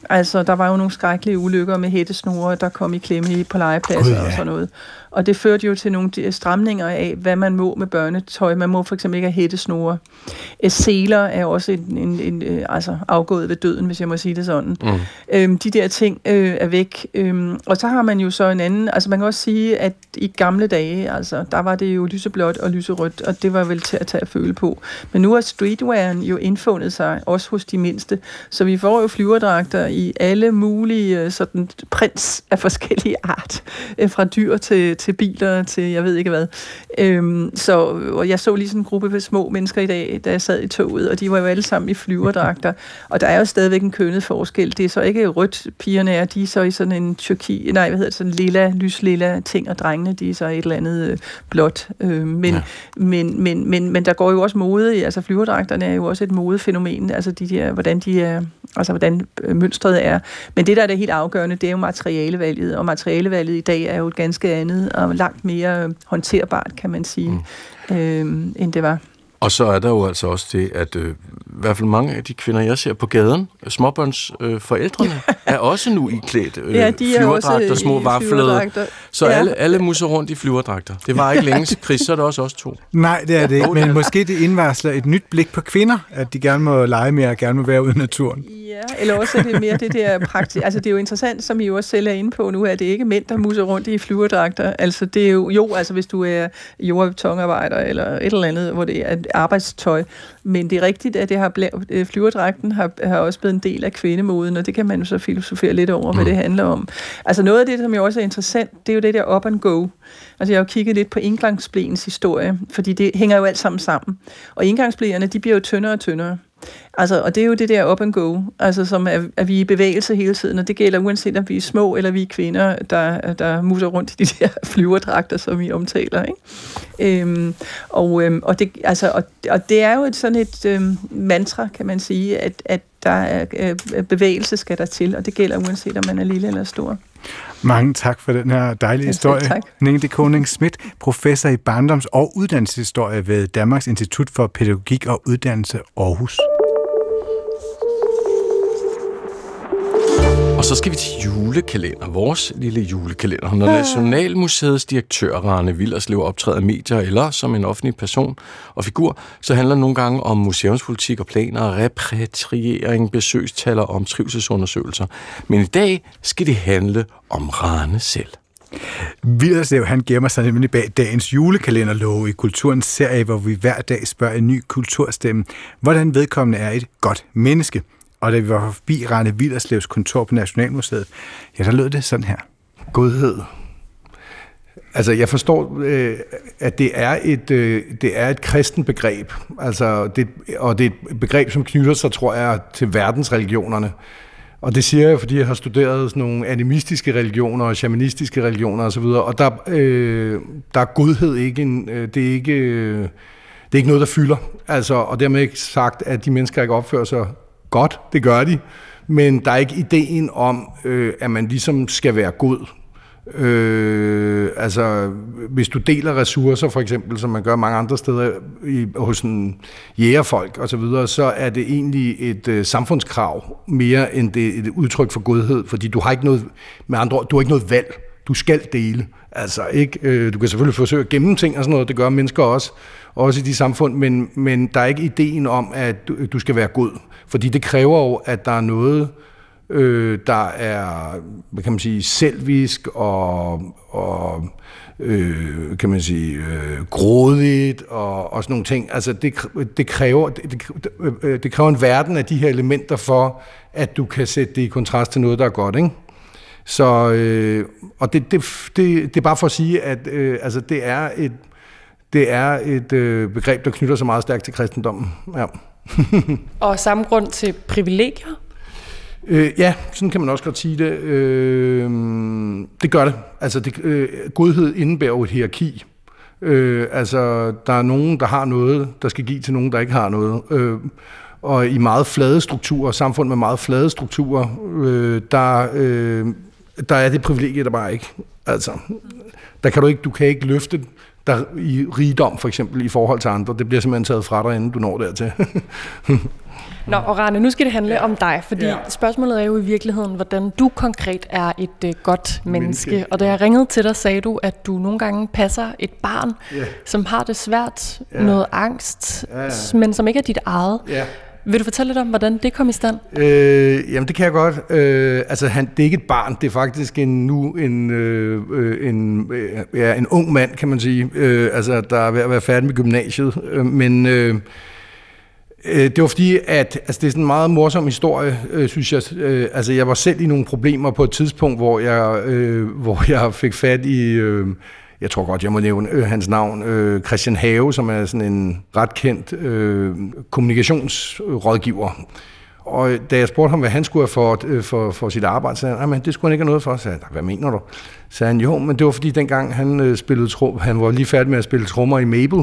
Altså, der var jo nogle skrækkelige ulykker med hættesnore, der kom i klemme på legepladser og sådan noget. Og det førte jo til nogle stramninger af, hvad man må med børnetøj. Man må for eksempel ikke have hættesnore. Seler er også altså afgået ved døden, hvis jeg må sige det sådan. De der ting er væk. Og så har man jo så en anden... Altså, man kan også sige, at i gamle dage, altså, der var det jo lyseblåt og lyserødt, og det var vel til at tage at føle på. Men nu har streetwearen jo indfundet sig, også hos de mindste. Så vi får jo flyverdragter i alle mulige sådan prints af forskellige art. Fra dyr til biler, til jeg ved ikke hvad. Og jeg så lige sådan en gruppe af små mennesker i dag, da jeg sad i toget, og de var jo alle sammen i flyverdragter. Og der er jo stadigvæk en kønnet forskel. Det er så ikke rødt, pigerne er, de er så i sådan en sådan lilla, lyslilla ting, og drengene, de er så et eller andet blåt. Men der går jo også mode i, altså flyverdragterne er jo også et modefænomen, altså de der, hvordan mønstret er. Men det, der er det helt afgørende, det er jo materialevalget, og materialevalget i dag er jo et ganske andet, og langt mere håndterbart, kan man sige, end det var. Og så er der jo altså også det, at i hvert fald mange af de kvinder, jeg ser på gaden, småbørnsforældrene, er også nu iklædt flyverdragter, små vaflede. Så alle musser rundt i flyverdragter. Det var ikke længe, Chris, så er det også os to. Nej, det er det ikke, men måske det indvarsler et nyt blik på kvinder, at de gerne må lege mere og gerne må være ude i naturen. Ja, eller også er det mere det der praktisk. Altså, det er jo interessant, som I jo også selv er inde på nu, at det ikke er mænd, der musser rundt i flyverdragter. Altså, det er jo altså hvis du er jord- og betonarbejder eller et eller andet, hvor det er arbejdstøj. Men det er rigtigt, at det har flyverdragten har også blevet en del af kvindemoden, og det kan man jo så filosofere lidt over, hvad det handler om. Altså, noget af det, som jo også er interessant, det er jo det der up and go. Altså, jeg har jo kigget lidt på indgangsbleens historie, fordi det hænger jo alt sammen. Og indgangsbleerne, de bliver jo tyndere og tyndere. Altså, og det er jo det der up and go, altså som er vi i bevægelse hele tiden, og det gælder uanset om vi er små eller vi er kvinder, der musser rundt i de der flyverdragter, som vi omtaler, ikke? Og det er jo sådan et mantra, kan man sige, at der er bevægelse skal der til, og det gælder uanset om man er lille eller stor. Mange tak for den her dejlige historie. Ningde Koning-Schmidt, professor i barndoms- og uddannelseshistorie ved Danmarks Institut for Pædagogik og Uddannelse Aarhus. Og så skal vi til julekalender, vores lille julekalender. Når Nationalmuseets direktør, Rane Willerslev, optræder medier eller som en offentlig person og figur, så handler det nogle gange om museumspolitik og planer, repatriering, besøgstal og om trivselsundersøgelser. Men i dag skal det handle om Rane selv. Willerslev, han gemmer sig nemlig bag dagens julekalenderlove i Kulturens serie, hvor vi hver dag spørger en ny kulturstemme, hvordan vedkommende er et godt menneske. Og da vi var forbi Rane Willerslevs kontor på Nationalmuseet, ja, der lød det sådan her. Godhed. Altså, jeg forstår, at det er et kristent begreb. Altså, det er et begreb, som knytter sig, tror jeg, til verdensreligionerne. Og det siger jeg, fordi jeg har studeret sådan nogle animistiske religioner og shamanistiske religioner osv. Og der er godhed ikke det er ikke noget, der fylder. Altså, og dermed ikke sagt, at de mennesker ikke opfører sig godt, det gør de, men der er ikke ideen om, at man ligesom skal være god. Altså, hvis du deler ressourcer, for eksempel, som man gør mange andre steder hos en jægerfolk og så videre, så er det egentlig et samfundskrav mere end det et udtryk for godhed, fordi du har ikke noget, med andre ord, du har ikke noget valg. Du skal dele. Altså, ikke? Du kan selvfølgelig forsøge at gemme ting og sådan noget, det gør mennesker også i de samfund, men der er ikke ideen om, at du skal være god. Fordi det kræver jo, at der er noget, der er, hvad kan man sige, selvisk og kan man sige, grådigt og sådan nogle ting. Altså, det kræver en verden af de her elementer for, at du kan sætte det i kontrast til noget, der er godt, ikke? Så, og det er bare for at sige, at altså, det er et begreb, der knytter sig meget stærkt til kristendommen. Ja. Og samme grund til privilegier? Ja, sådan kan man også godt sige det. Det gør det. Altså, godhed indebærer jo et hierarki. Altså, der er nogen, der har noget, der skal give til nogen, der ikke har noget. Og i meget flade strukturer, samfund med meget flade strukturer, der er det privilegie, der bare ikke. Altså, du kan ikke løfte der i rigdom for eksempel i forhold til andre. Det bliver simpelthen taget fra dig, inden du når dertil. Nå, og Rane, nu skal det handle om dig, fordi spørgsmålet er jo i virkeligheden, hvordan du konkret er et godt menneske. Og da jeg ringede til dig, sagde du, at du nogle gange passer et barn, som har det svært, noget angst, men som ikke er dit eget. Vil du fortælle lidt om, hvordan det kom i stand? Jamen, det kan jeg godt. Det er ikke et barn, det er faktisk en ung mand, kan man sige, der er ved at være færdig med gymnasiet. Men det var fordi, at det er sådan en meget morsom historie, synes jeg. Jeg var selv i nogle problemer på et tidspunkt, hvor jeg fik fat i... Jeg tror godt, jeg må nævne hans navn, Christian Have, som er sådan en ret kendt kommunikationsrådgiver. Og da jeg spurgte ham, hvad han skulle have for sit arbejde, sagde han, det skulle han ikke have noget for. Så sagde jeg, hvad mener du? Så sagde han, jo, men det var fordi dengang han spillede han var lige færdig med at spille trommer i Mabel,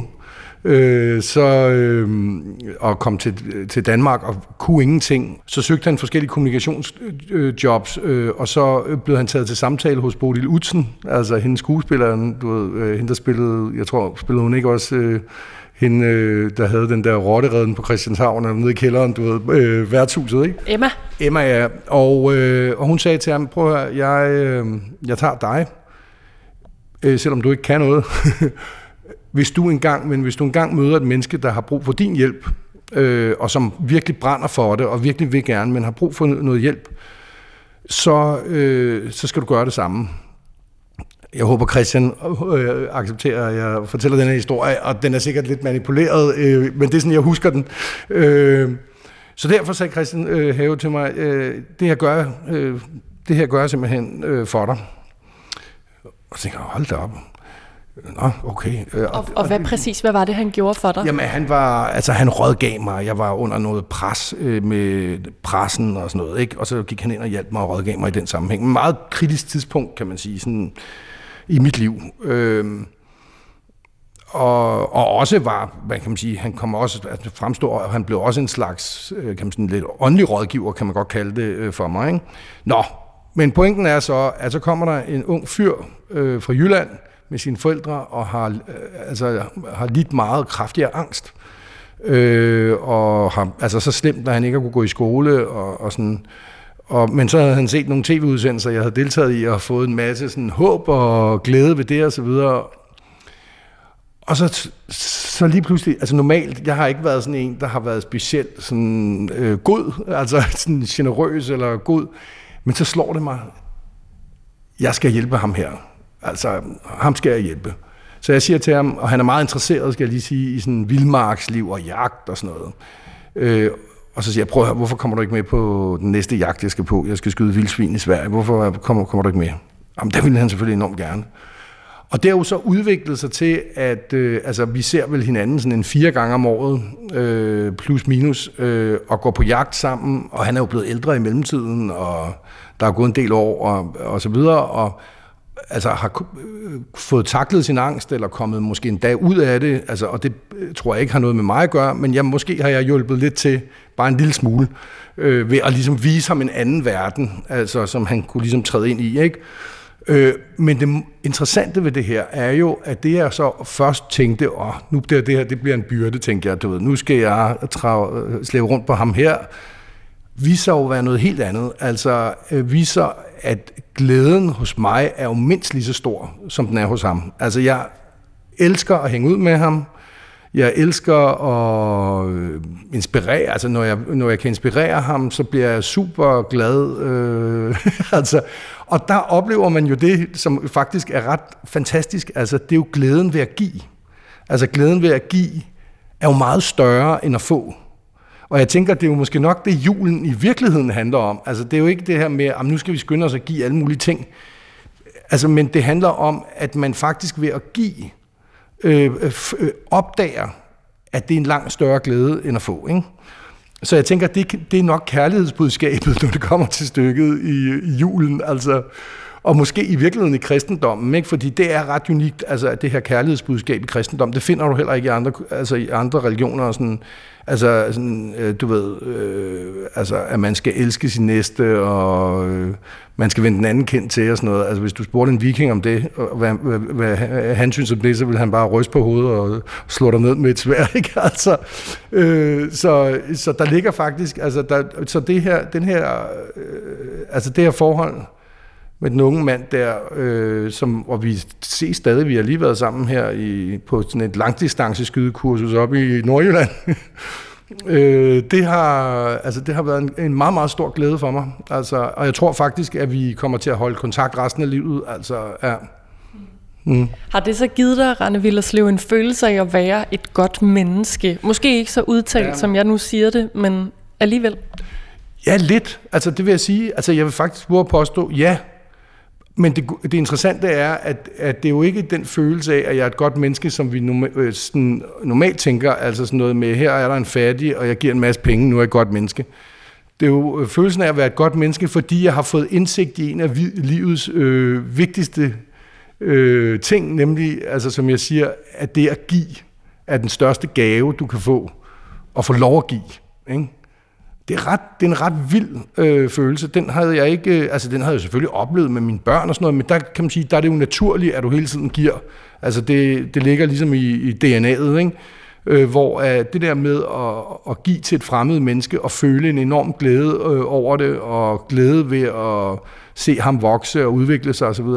og kom til Danmark og kunne ingenting. Så søgte han forskellige kommunikationsjobs, og så blev han taget til samtale hos Bodil Utzen, altså hendes skuespilleren, hende der spillede, jeg tror, spillede hun ikke også hende, der havde den der rottereden på Christianshavn, nede i kælderen, værtshuset, ikke? Emma, ja. Og hun sagde til ham, prøv at høre, jeg tager dig, selvom du ikke kan noget. Hvis du engang møder et menneske, der har brug for din hjælp, og som virkelig brænder for det, og virkelig vil gerne, men har brug for noget hjælp, så skal du gøre det samme. Jeg håber, Christian accepterer, at jeg fortæller den her historie, og den er sikkert lidt manipuleret, men det er sådan, jeg husker den. Så derfor sagde Christian Have til mig, det her gør jeg simpelthen for dig. Og så tænkte jeg, hold da op. Nå, okay. Og hvad var det, han gjorde for dig? Jamen, han rådgav mig. Jeg var under noget pres med pressen og sådan noget, ikke? Og så gik han ind og hjalp mig og rådgav mig i den sammenhæng. En meget kritisk tidspunkt, kan man sige, sådan i mit liv. Og også var, hvad kan man sige, han kom også at fremstå, og han blev også en slags, kan man sige, lidt åndelig rådgiver, kan man godt kalde det for mig, ikke? Nå, men pointen er så, at så kommer der en ung fyr fra Jylland, med sine forældre, og har lidt meget kraftigere angst. Og har så slemt, at han ikke har kunne gå i skole, og sådan. Men så havde han set nogle tv-udsendelser, jeg havde deltaget i, og fået en masse sådan håb og glæde ved det, og så videre. Og så lige pludselig, normalt, jeg har ikke været sådan en, der har været specielt sådan god, sådan generøs eller god, men så slår det mig, jeg skal hjælpe ham her. Ham skal jeg hjælpe. Så jeg siger til ham, og han er meget interesseret, skal jeg lige sige, i sådan vildmarksliv og jagt og sådan noget. Og så siger jeg, prøv at høre, hvorfor kommer du ikke med på den næste jagt, jeg skal på? Jeg skal skyde vildsvin i Sverige. Hvorfor kommer du ikke med? Jamen, der ville han selvfølgelig enormt gerne. Og det har jo så udviklet sig til, at vi ser vel hinanden sådan en 4 gange om året, plus minus, og går på jagt sammen. Og han er jo blevet ældre i mellemtiden, og der er gået en del år, og så videre, og har fået taklet sin angst, eller kommet måske en dag ud af det, og det tror jeg ikke har noget med mig at gøre, men måske har jeg hjulpet lidt til, bare en lille smule, ved at ligesom vise ham en anden verden, som han kunne ligesom træde ind i, ikke? Men det interessante ved det her er jo, at det jeg så først tænkte, nu det her, det bliver en byrde, tænkte jeg, nu skal jeg slæve rundt på ham her, viser jo at være noget helt andet, viser, at glæden hos mig er jo mindst lige så stor, som den er hos ham. Jeg elsker at hænge ud med ham. Jeg elsker at inspirere. Når jeg kan inspirere ham, så bliver jeg super glad. Og der oplever man jo det, som faktisk er ret fantastisk. Det er jo glæden ved at give. Glæden ved at give er jo meget større end at få. Og jeg tænker, det er jo måske nok det, julen i virkeligheden handler om. Det er jo ikke det her med, at nu skal vi skynde os at give alle mulige ting. Men det handler om, at man faktisk ved at give, opdager, at det er en langt større glæde end at få, ikke? Så jeg tænker, det er nok kærlighedsbudskabet, når det kommer til stykket i julen. Og måske i virkeligheden i kristendommen, ikke? Fordi det er ret unikt, altså det her kærlighedsbudskab i kristendom, det finder du heller ikke i andre religioner, sådan, altså sådan, du ved, altså at man skal elske sin næste, og man skal vende den anden kind til og sådan noget. Altså hvis du spurgte en viking om det, og hvad han synes om det, så ville han bare ryste på hovedet og slå dig ned med et sværd, ikke? Altså, så der ligger faktisk, altså så det her forhold med den unge mand der, og vi ses stadig, vi har lige været sammen her på sådan et langdistanceskydekursus oppe i Nordjylland. Det har været en meget, meget stor glæde for mig. Altså, og jeg tror faktisk, at vi kommer til at holde kontakt resten af livet. Altså, ja. Har det så givet dig, Rane Willerslev, en følelse af at være et godt menneske? Måske ikke så udtalt, som jeg nu siger det, men alligevel? Ja, lidt. Altså, det vil jeg sige. Altså, jeg vil faktisk prøve at påstå, ja. Men det interessante er, at det er jo ikke den følelse af, at jeg er et godt menneske, som vi normalt tænker, altså sådan noget med, her er der en fattig, og jeg giver en masse penge, nu er jeg et godt menneske. Det er jo følelsen af at være et godt menneske, fordi jeg har fået indsigt i en af livets vigtigste ting, nemlig, altså som jeg siger, at det at give er den største gave, du kan få, og få lov at give, ikke? Det er en ret vild følelse. Den havde jeg ikke, altså den havde jeg selvfølgelig oplevet med mine børn og sådan noget, men der kan man sige, der er det jo naturligt, at du hele tiden giver. Altså det ligger ligesom i DNA'et, ikke? Hvor det der med at give til et fremmed menneske og føle en enorm glæde over det, og glæde ved at se ham vokse og udvikle sig osv.,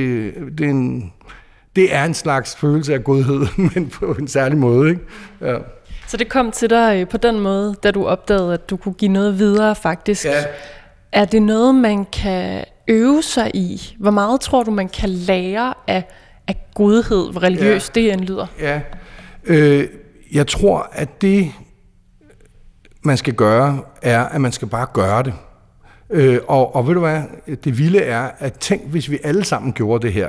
det er en slags følelse af godhed, men på en særlig måde, ikke? Ja. Så det kom til dig på den måde, da du opdagede, at du kunne give noget videre faktisk. Ja. Er det noget, man kan øve sig i? Hvor meget tror du, man kan lære af godhed, hvor religiøst det end lyder? Ja, jeg tror, at det, man skal gøre, er, at man skal bare gøre det. Og ved du hvad, det vilde er, at tænk, hvis vi alle sammen gjorde det her.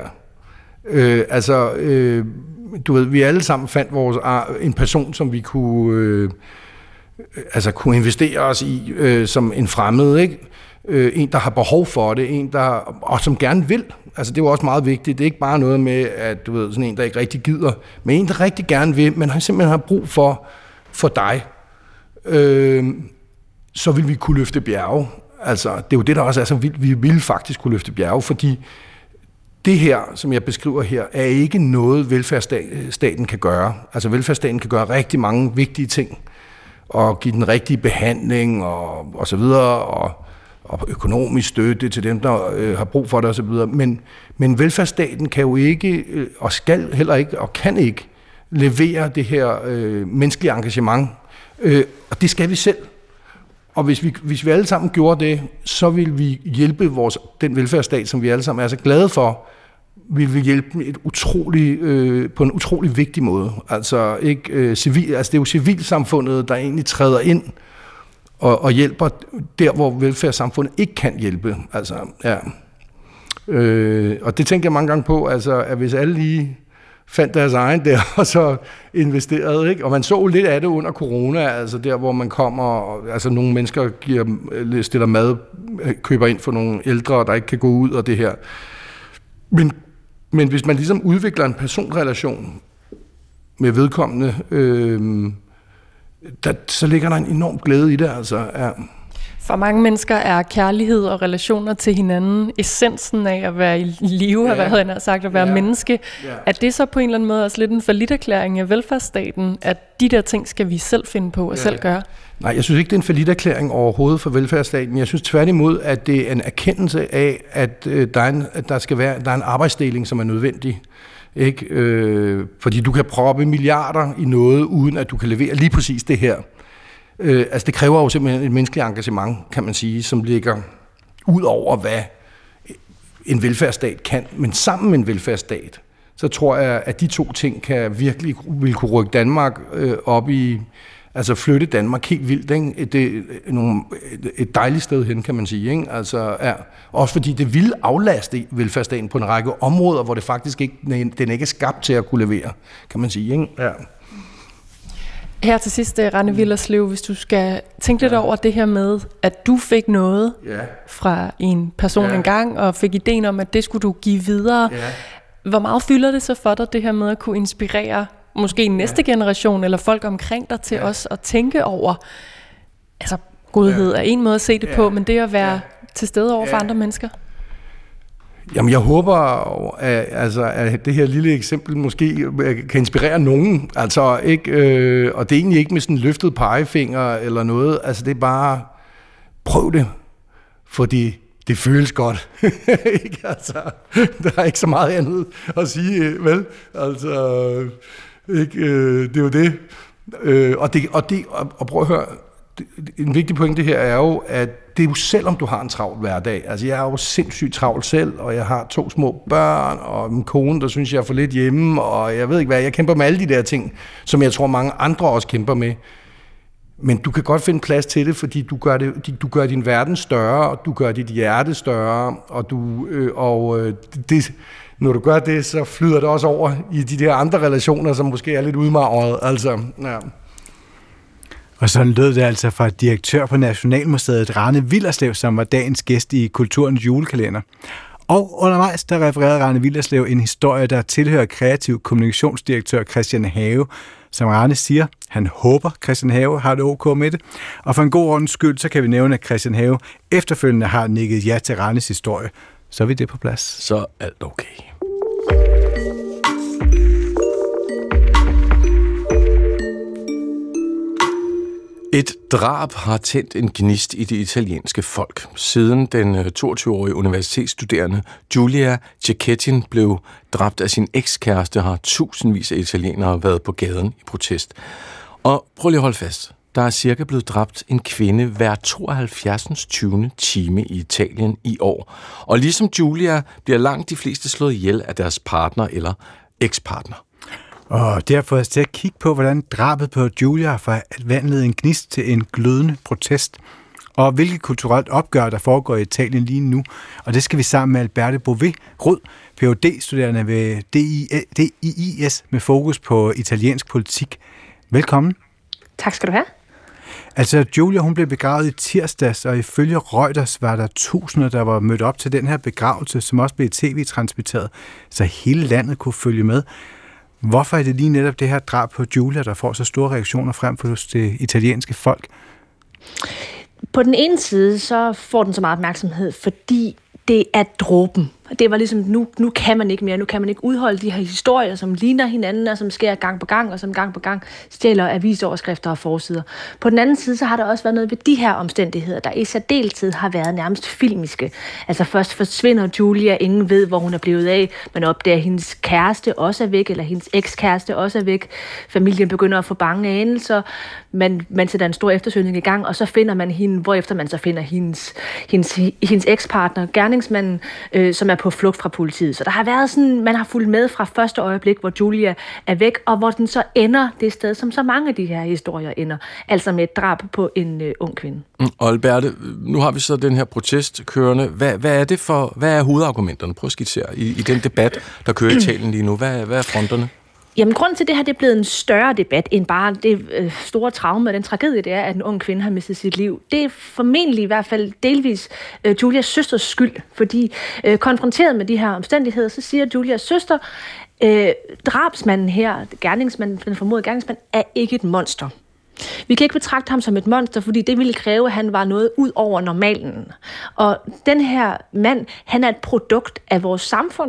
Du ved, vi alle sammen fandt en person, som vi kunne investere os i som en fremmed, ikke? En, der har behov for det, og som gerne vil. Altså, det er jo også meget vigtigt. Det er ikke bare noget med, at du ved, sådan en, der ikke rigtig gider, men en, der rigtig gerne vil, men han simpelthen har brug for dig. Så vil vi kunne løfte bjerge. Altså, det er jo det, der også er så vildt. Vi vil faktisk kunne løfte bjerge, fordi det her, som jeg beskriver her, er ikke noget, velfærdsstaten kan gøre. Altså, velfærdsstaten kan gøre rigtig mange vigtige ting, og give den rigtige behandling, og så videre, og økonomisk støtte til dem, der har brug for det, og så videre. Men velfærdsstaten kan jo ikke, og skal heller ikke, og kan ikke levere det her menneskelige engagement. Og det skal vi selv. Og hvis vi alle sammen gjorde det, så vil vi hjælpe den velfærdsstat, som vi alle sammen er så glade for, vil vi hjælpe på en utrolig vigtig måde. Altså, det er jo civilsamfundet, der egentlig træder ind og hjælper der, hvor velfærdssamfundet ikke kan hjælpe. Altså, ja. Og det tænker jeg mange gange på, altså, at hvis alle lige fandt deres egen der, og så investerede, ikke? Og man så lidt af det under corona, altså der, hvor man kommer, altså nogle mennesker stiller mad, køber ind for nogle ældre, der ikke kan gå ud, og det her. Men hvis man ligesom udvikler en personrelation med vedkommende, så ligger der en enorm glæde i det, altså. Ja. For mange mennesker er kærlighed og relationer til hinanden essensen af at være i live, at være menneske. Ja. Er det så på en eller anden måde også lidt en falliterklæring af velfærdsstaten, at de der ting skal vi selv finde på og selv gøre? Nej, jeg synes ikke, det er en falliterklæring overhovedet for velfærdsstaten. Jeg synes tværtimod, at det er en erkendelse af, at der er en arbejdsdeling, som er nødvendig. Ikke? Fordi du kan proppe milliarder i noget, uden at du kan levere lige præcis det her. Altså det kræver jo simpelthen et menneskeligt engagement, kan man sige, som ligger ud over, hvad en velfærdsstat kan. Men sammen med en velfærdsstat, så tror jeg, at de to ting vil kunne rykke Danmark op i, altså flytte Danmark helt vildt, ikke? Det er et dejligt sted hen, kan man sige, ikke? Altså, ja. Også fordi det vil aflaste velfærdsstaten på en række områder, hvor det faktisk ikke, den ikke er skabt til at kunne levere, kan man sige, ikke? Ja. Her til sidst, Rane Willerslev, hvis du skal tænke lidt over det her med, at du fik noget fra en person engang, og fik ideen om, at det skulle du give videre. Hvor meget fylder det så for dig, det her med at kunne inspirere måske næste generation, eller folk omkring dig til os at tænke over, altså godhed er en måde at se det på, men det at være til stede over for andre mennesker? Jamen, jeg håber, at det her lille eksempel måske kan inspirere nogen. Altså, ikke, og det er egentlig ikke med sådan en løftet pegefinger eller noget. Altså, det er bare, prøv det, fordi det føles godt. Ikke? Altså, der er ikke så meget andet at sige, vel? Altså, ikke, det er jo det. Og prøv at høre, en vigtig pointe her er jo, at det er jo selvom du har en travl hverdag. Altså jeg er jo sindssygt travl selv, og jeg har 2 små børn, og en kone, der synes, jeg er for lidt hjemme, og jeg ved ikke hvad, jeg kæmper med alle de der ting, som jeg tror mange andre også kæmper med. Men du kan godt finde plads til det, fordi du gør din verden større, og du gør dit hjerte større, og det, når du gør det, så flyder det også over i de der andre relationer, som måske er lidt udmarret. Altså, ja. Og sådan lød det altså fra direktør på Nationalmuseet, Rane Willerslev, som var dagens gæst i Kulturens julekalender. Og undervejs, der refererede Rane Willerslev en historie, der tilhører kreativ kommunikationsdirektør Christian Have. Som Rane siger, han håber, Christian Have har det ok med det. Og for en god ordens skyld, så kan vi nævne, at Christian Have efterfølgende har nikket ja til Ranes historie. Så er vi det på plads. Så alt okay. Et drab har tændt en gnist i det italienske folk. Siden den 22-årige universitetsstuderende Giulia Cecchettin blev dræbt af sin ekskæreste, har tusindvis af italienere været på gaden i protest. Og prøv lige at holde fast. Der er cirka blevet dræbt en kvinde hver 72. 20. time i Italien i år. Og ligesom Giulia bliver langt de fleste slået ihjel af deres partner eller ekspartner. Og det har fået os til at kigge på, hvordan drabet på Giulia har forvandlet en gnist til en glødende protest. Og hvilket kulturelt opgør, der foregår i Italien lige nu. Og det skal vi sammen med Alberte Bouvet Rud, Ph.D.-studerende ved DIIS med fokus på italiensk politik. Velkommen. Tak skal du have. Altså, Giulia, hun blev begravet i tirsdags, og ifølge Reuters var der tusinder, der var mødt op til den her begravelse, som også blev tv-transmitteret, så hele landet kunne følge med. Hvorfor er det lige netop det her drab på Giulia, der får så store reaktioner frem for det italienske folk? På den ene side, så får den så meget opmærksomhed, fordi det er dråben. Det var ligesom, nu kan man ikke mere, nu kan man ikke udholde de her historier, som ligner hinanden, og som sker gang på gang, og som gang på gang stjæler avisoverskrifter og forsider. På den anden side, så har der også været noget ved de her omstændigheder, der i særdeleshed har været nærmest filmiske. Altså først forsvinder Giulia, ingen ved, hvor hun er blevet af, man opdager, at hendes kæreste også er væk, eller hendes ekskæreste også er væk. Familien begynder at få bange anelser, man sætter en stor eftersøgning i gang, og så finder man hende, hvorefter man så finder hendes ekspartner, gerningsmanden, som er på flugt fra politiet. Så der har været sådan, man har fulgt med fra første øjeblik, hvor Giulia er væk, og hvor den så ender det sted, som så mange af de her historier ender. Altså med et drab på en ung kvinde. Og Alberte, nu har vi så den her protest kørende. Hvad er hovedargumenterne? Prøv at skitsere i den debat, der kører i Italien lige nu. Hvad er fronterne? Jamen, grunden til det her, det er blevet en større debat end bare det store traume og den tragedie, det er, at en ung kvinde har mistet sit liv. Det er formentlig i hvert fald delvis Giulias søsters skyld, fordi konfronteret med de her omstændigheder, så siger Giulias søster, drabsmanden her, den formodede gerningsmand, er ikke et monster. Vi kan ikke betragte ham som et monster, fordi det ville kræve, at han var noget ud over normalen. Og den her mand, han er et produkt af vores samfund.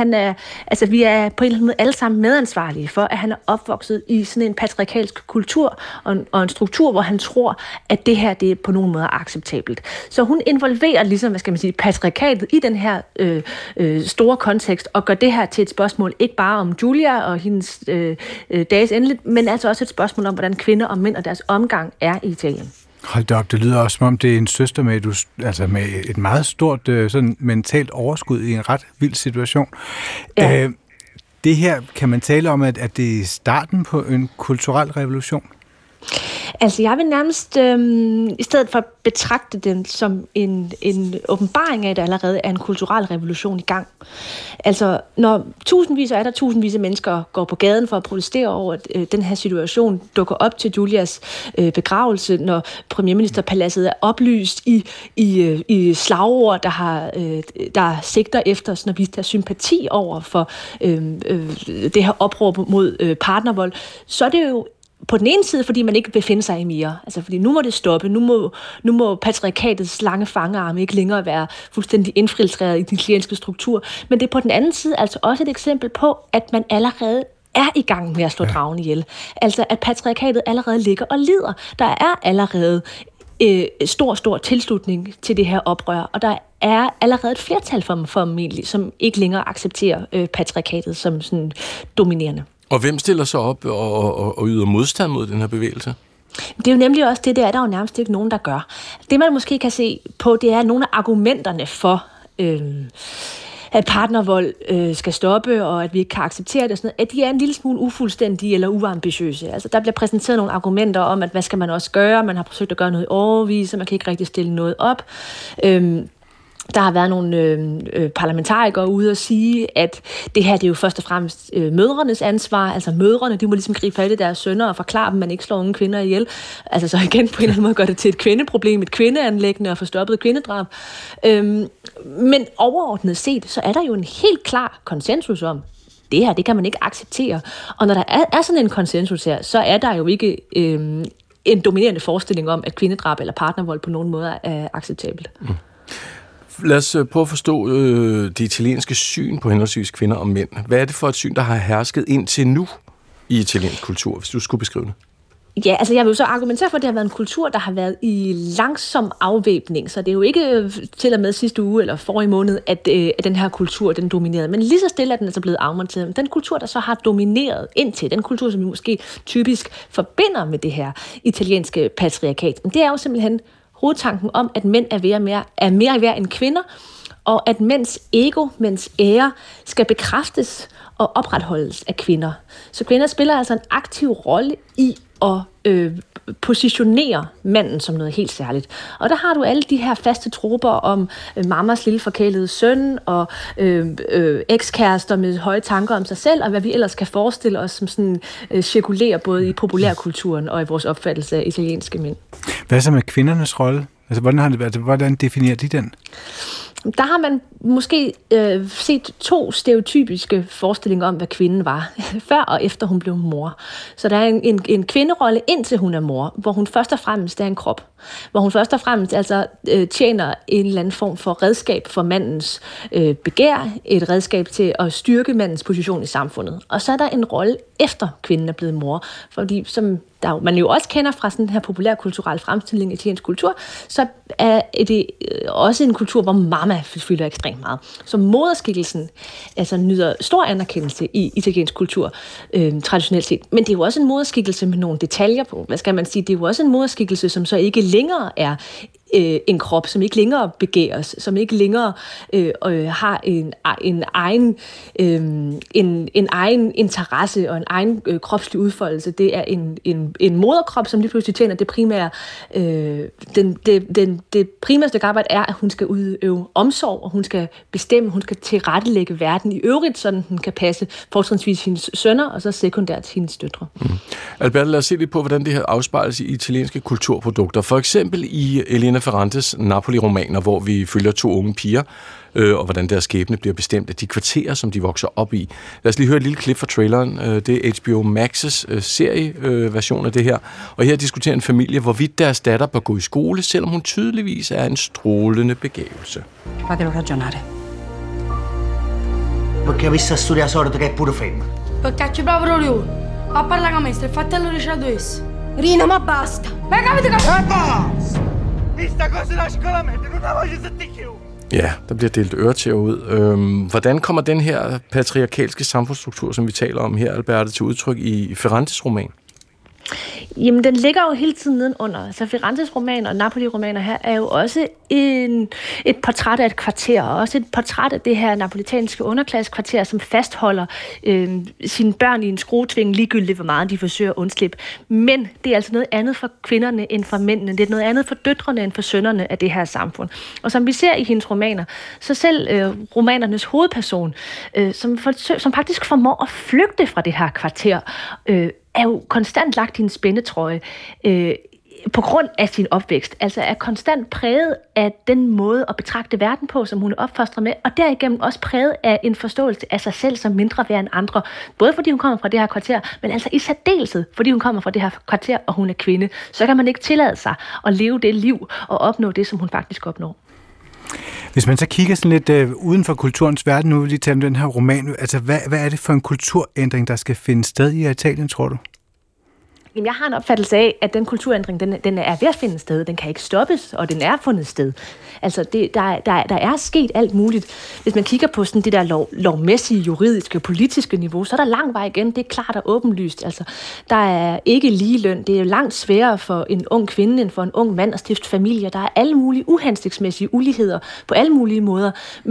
Vi er på en eller anden måde alle sammen medansvarlige for, at han er opvokset i sådan en patriarkalsk kultur og en struktur, hvor han tror, at det her det er på nogen måde acceptabelt. Så hun involverer ligesom, patriarkatet i den her store kontekst og gør det her til et spørgsmål ikke bare om Giulia og hendes dages endeligt, men altså også et spørgsmål om, hvordan kvinder og mænd og deres omgang er i Italien. Hold da op, det lyder også som om, det er en søster med et meget stort sådan mentalt overskud i en ret vild situation. Ja. Det her, kan man tale om, at det er starten på en kulturel revolution? Altså, jeg vil nærmest, i stedet for betragte den som en åbenbaring af, at der allerede er en kulturel revolution i gang. Altså, når tusindvis af mennesker går på gaden for at protestere over, at den her situation dukker op til Julias begravelse, når premierministerpaladset er oplyst i slagord, der sigter efter sådan at vise deres sympati over for det her opråb mod partnervold, så er det jo på den ene side, fordi man ikke vil finde sig i mere. Altså, fordi nu må det stoppe. Nu må patriarkatets lange fangearme ikke længere være fuldstændig infiltreret i den klientiske struktur. Men det er på den anden side altså også et eksempel på, at man allerede er i gang med at slå dragen ihjel. Altså, at patriarkatet allerede ligger og lider. Der er allerede stor tilslutning til det her oprør, og der er allerede et flertal formentlig, som ikke længere accepterer patriarkatet som sådan dominerende. Og hvem stiller sig op og yder modstand mod den her bevægelse? Det er jo nemlig også det, der er der jo nærmest ikke nogen, der gør. Det, man måske kan se på, det er nogle af argumenterne for, at partnervold skal stoppe, og at vi ikke kan acceptere det, og sådan noget, at de er en lille smule ufuldstændige eller uambitiøse. Altså, der bliver præsenteret nogle argumenter om, at hvad skal man også gøre? Man har forsøgt at gøre noget i årevis, og man kan ikke rigtig stille noget op. Der har været nogle parlamentarikere ude og sige, at det her det er jo først og fremmest mødrenes ansvar. Altså mødrene, de må ligesom gribe fat i deres sønner og forklare dem, at man ikke slår unge kvinder ihjel. Altså så igen på en eller anden måde gør det til et kvindeproblem, et kvindeanliggende og få stoppet kvindedrab. Men overordnet set, så er der jo en helt klar konsensus om, det her, det kan man ikke acceptere. Og når der er sådan en konsensus her, så er der jo ikke en dominerende forestilling om, at kvindedrab eller partnervold på nogen måde er acceptabelt. Lad os prøve at forstå det italienske syn på henholdsvis kvinder og mænd. Hvad er det for et syn, der har hersket indtil nu i italiensk kultur, hvis du skulle beskrive det? Ja, altså jeg vil jo så argumentere for, at det har været en kultur, der har været i langsom afvæbning, så det er jo ikke til og med sidste uge eller forrige måned, at den her kultur, den dominerede. Men lige så stille er den altså blevet afmonteret. Den kultur, der så har domineret indtil, den kultur, som vi måske typisk forbinder med det her italienske patriarkat, det er jo simpelthen hovedtanken om, at mænd er mere værd end kvinder, og at mænds ego, mænds ære, skal bekræftes og opretholdes af kvinder. Så kvinder spiller altså en aktiv rolle i at positionere manden som noget helt særligt. Og der har du alle de her faste troper om mammas lille forkælede søn, og ekskærester med høje tanker om sig selv, og hvad vi ellers kan forestille os, som sådan cirkulerer både i populærkulturen og i vores opfattelse af italienske mænd. Hvad så med kvindernes rolle? Altså, hvordan definerer de den? Der har man måske set to stereotypiske forestillinger om, hvad kvinden var, før og efter hun blev mor. Så der er en kvinderolle, indtil hun er mor, hvor hun først og fremmest er en krop. Hvor hun først og fremmest altså tjener en eller anden form for redskab for mandens begær, et redskab til at styrke mandens position i samfundet. Og så er der en rolle efter kvinden er blevet mor, fordi som man jo også kender fra sådan den her populærkulturelle fremstilling i italiensk kultur, så er det også en kultur, hvor mamma fylder ekstremt meget. Så moderskikkelsen altså nyder stor anerkendelse i italiensk kultur, traditionelt set. Men det er jo også en moderskikkelse med nogle detaljer på. Hvad skal man sige? Det er jo også en moderskikkelse, som så ikke længere er en krop, som ikke længere begæres, som ikke længere har en egen interesse og en egen kropslig udfoldelse. Det er en moderkrop, som lige pludselig tjener det primære. Det primære stykke arbejde er, at hun skal udøve omsorg, og hun skal bestemme, hun skal tilrettelægge verden i øvrigt, så den kan passe fortrinsvis hendes sønner, og så sekundært hendes døtre. Albert, lad os se lidt på, hvordan det her afspejles i italienske kulturprodukter. For eksempel i Elena Ferrantes Napoli-romaner, hvor vi følger to unge piger, og hvordan deres skæbne bliver bestemt af de kvarterer, som de vokser op i. Lad os lige høre et lille klip fra traileren. Det er HBO Max's serieversion af det her. Og her diskuterer en familie, hvorvidt deres datter bør gå i skole, selvom hun tydeligvis er en strålende begævelse. Fatelo ragionare. Perché ha visto studiare sordo che è pure femmina. Perché ci provano lui. A parlare con me, se il fratello riesce a due. Rina, ma basta. Ma capite che... Basta! Questa cosa la scuola mente, non la voglio sentire più. Ja, der bliver delt øretæver ud. Hvordan kommer den her patriarkalske samfundsstruktur, som vi taler om her, Albert, til udtryk i Ferrantes roman? Jamen, den ligger jo hele tiden nedenunder. Altså, Firenzes roman og Napoli-romaner her er jo også et portræt af et kvarter, og også et portræt af det her napolitanske underklassekvarter, som fastholder sine børn i en skruetving, ligegyldigt hvor meget de forsøger at undslippe. Men det er altså noget andet for kvinderne end for mændene. Det er noget andet for døtrene end for sønnerne af det her samfund. Og som vi ser i hendes romaner, så selv romanernes hovedperson, som faktisk formår at flygte fra det her kvarter, er jo konstant lagt i en spændetrøje på grund af sin opvækst. Altså er konstant præget af den måde at betragte verden på, som hun er opfostret med, og derigennem også præget af en forståelse af sig selv som mindre værd end andre. Både fordi hun kommer fra det her kvarter, men altså i særdeleshed, fordi hun kommer fra det her kvarter, og hun er kvinde. Så kan man ikke tillade sig at leve det liv og opnå det, som hun faktisk opnår. Hvis man så kigger sådan lidt uden for kulturens verden, nu vil lige tale om den her roman, altså hvad er det for en kulturændring, der skal finde sted i Italien, tror du? Jamen, jeg har en opfattelse af, at den kulturændring, den er ved at finde sted. Den kan ikke stoppes, og den er fundet sted. Altså, der er sket alt muligt. Hvis man kigger på sådan det der lovmæssige, juridiske, politiske niveau, så er der lang vej igen. Det er klart og åbenlyst. Altså, der er ikke ligeløn. Det er langt sværere for en ung kvinde end for en ung mand at stifte familie. Der er alle mulige uhensigtsmæssige uligheder på alle mulige måder.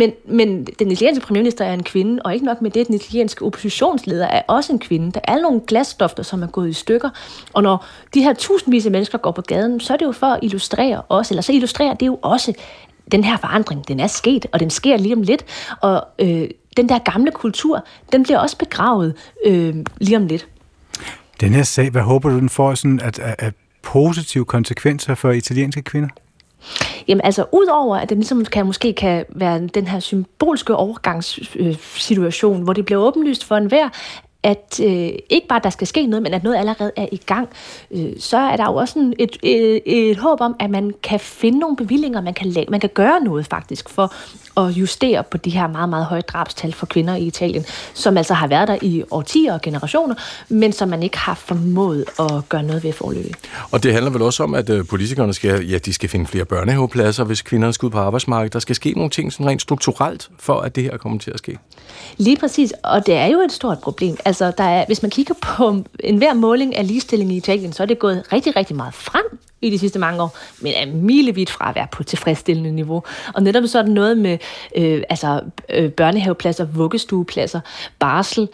Men den italienske premierminister er en kvinde, og ikke nok med det, den italienske oppositionsleder er også en kvinde. Der er nogle glasstofter, som er gået i stykker. Og når de her tusindvis af mennesker går på gaden, så er det jo for at illustrere også, eller så illustrerer det jo også den her forandring. Den er sket, og den sker lige om lidt. Og den der gamle kultur, den bliver også begravet lige om lidt. Den her sag, hvad håber du, den får sådan at positive konsekvenser for italienske kvinder? Jamen altså, udover at den ligesom måske kan være den her symbolske overgangssituation, hvor det bliver åbenlyst for enhver, at ikke bare der skal ske noget, men at noget allerede er i gang, så er der jo også et håb om, at man kan finde nogle bevillinger, man kan gøre noget faktisk for at justere på de her meget, meget høje drabstal for kvinder i Italien, som altså har været der i årtier og generationer, men som man ikke har formået at gøre noget ved foreløbig. Og det handler vel også om, at politikerne skal finde flere børnehavepladser, hvis kvinderne skal ud på arbejdsmarkedet. Der skal ske nogle ting sådan rent strukturelt, for at det her kommer til at ske. Lige præcis, og det er jo et stort problem. Altså, hvis man kigger på enhver måling af ligestilling i Italien, så er det gået rigtig, rigtig meget frem i de sidste mange år, men er milevidt fra at være på tilfredsstillende niveau. Og netop så er det noget med børnehavepladser, vuggestuepladser, barsel,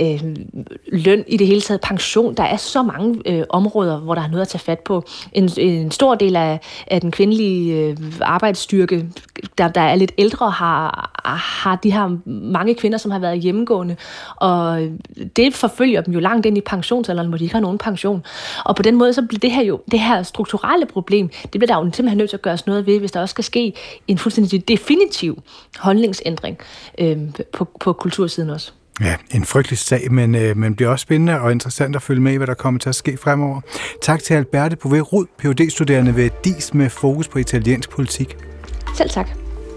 løn i det hele taget, pension. Der er så mange områder, hvor der er noget at tage fat på. En stor del af den kvindelige arbejdsstyrke, der er lidt ældre, har de her mange kvinder, som har været hjemmegående, og det forfølger dem jo langt ind i pensionsalderen, hvor de ikke har nogen pension. Og på den måde, så bliver det her strukturelle problem, det bliver der jo simpelthen nødt til at gøres noget ved, hvis der også skal ske en fuldstændig definitiv holdningsændring på kultursiden også. Ja, en frygtelig sag, men bliver også spændende og interessant at følge med i, hvad der kommer til at ske fremover. Tak til Alberte Bouvet-Rud, Ph.D.-studerende ved DIS med fokus på italiensk politik. Selv tak.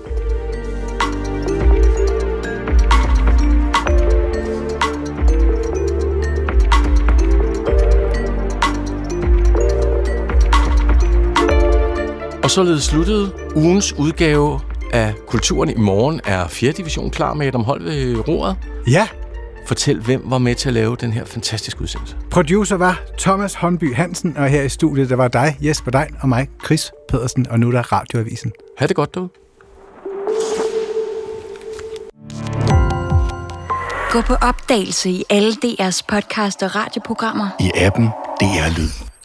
Og således sluttede ugens udgave af Kulturen. I morgen er 4. division klar med Adam Holt ved roret. Ja. Fortæl, hvem var med til at lave den her fantastiske udsendelse. Producer var Thomas Håndby Hansen, og her i studiet, der var dig, Jesper Dein, og mig, Chris Pedersen, og nu er der Radioavisen. Ha' det godt derude. Gå på opdagelse i alle DR's podcast og radioprogrammer. I appen DR Lyd.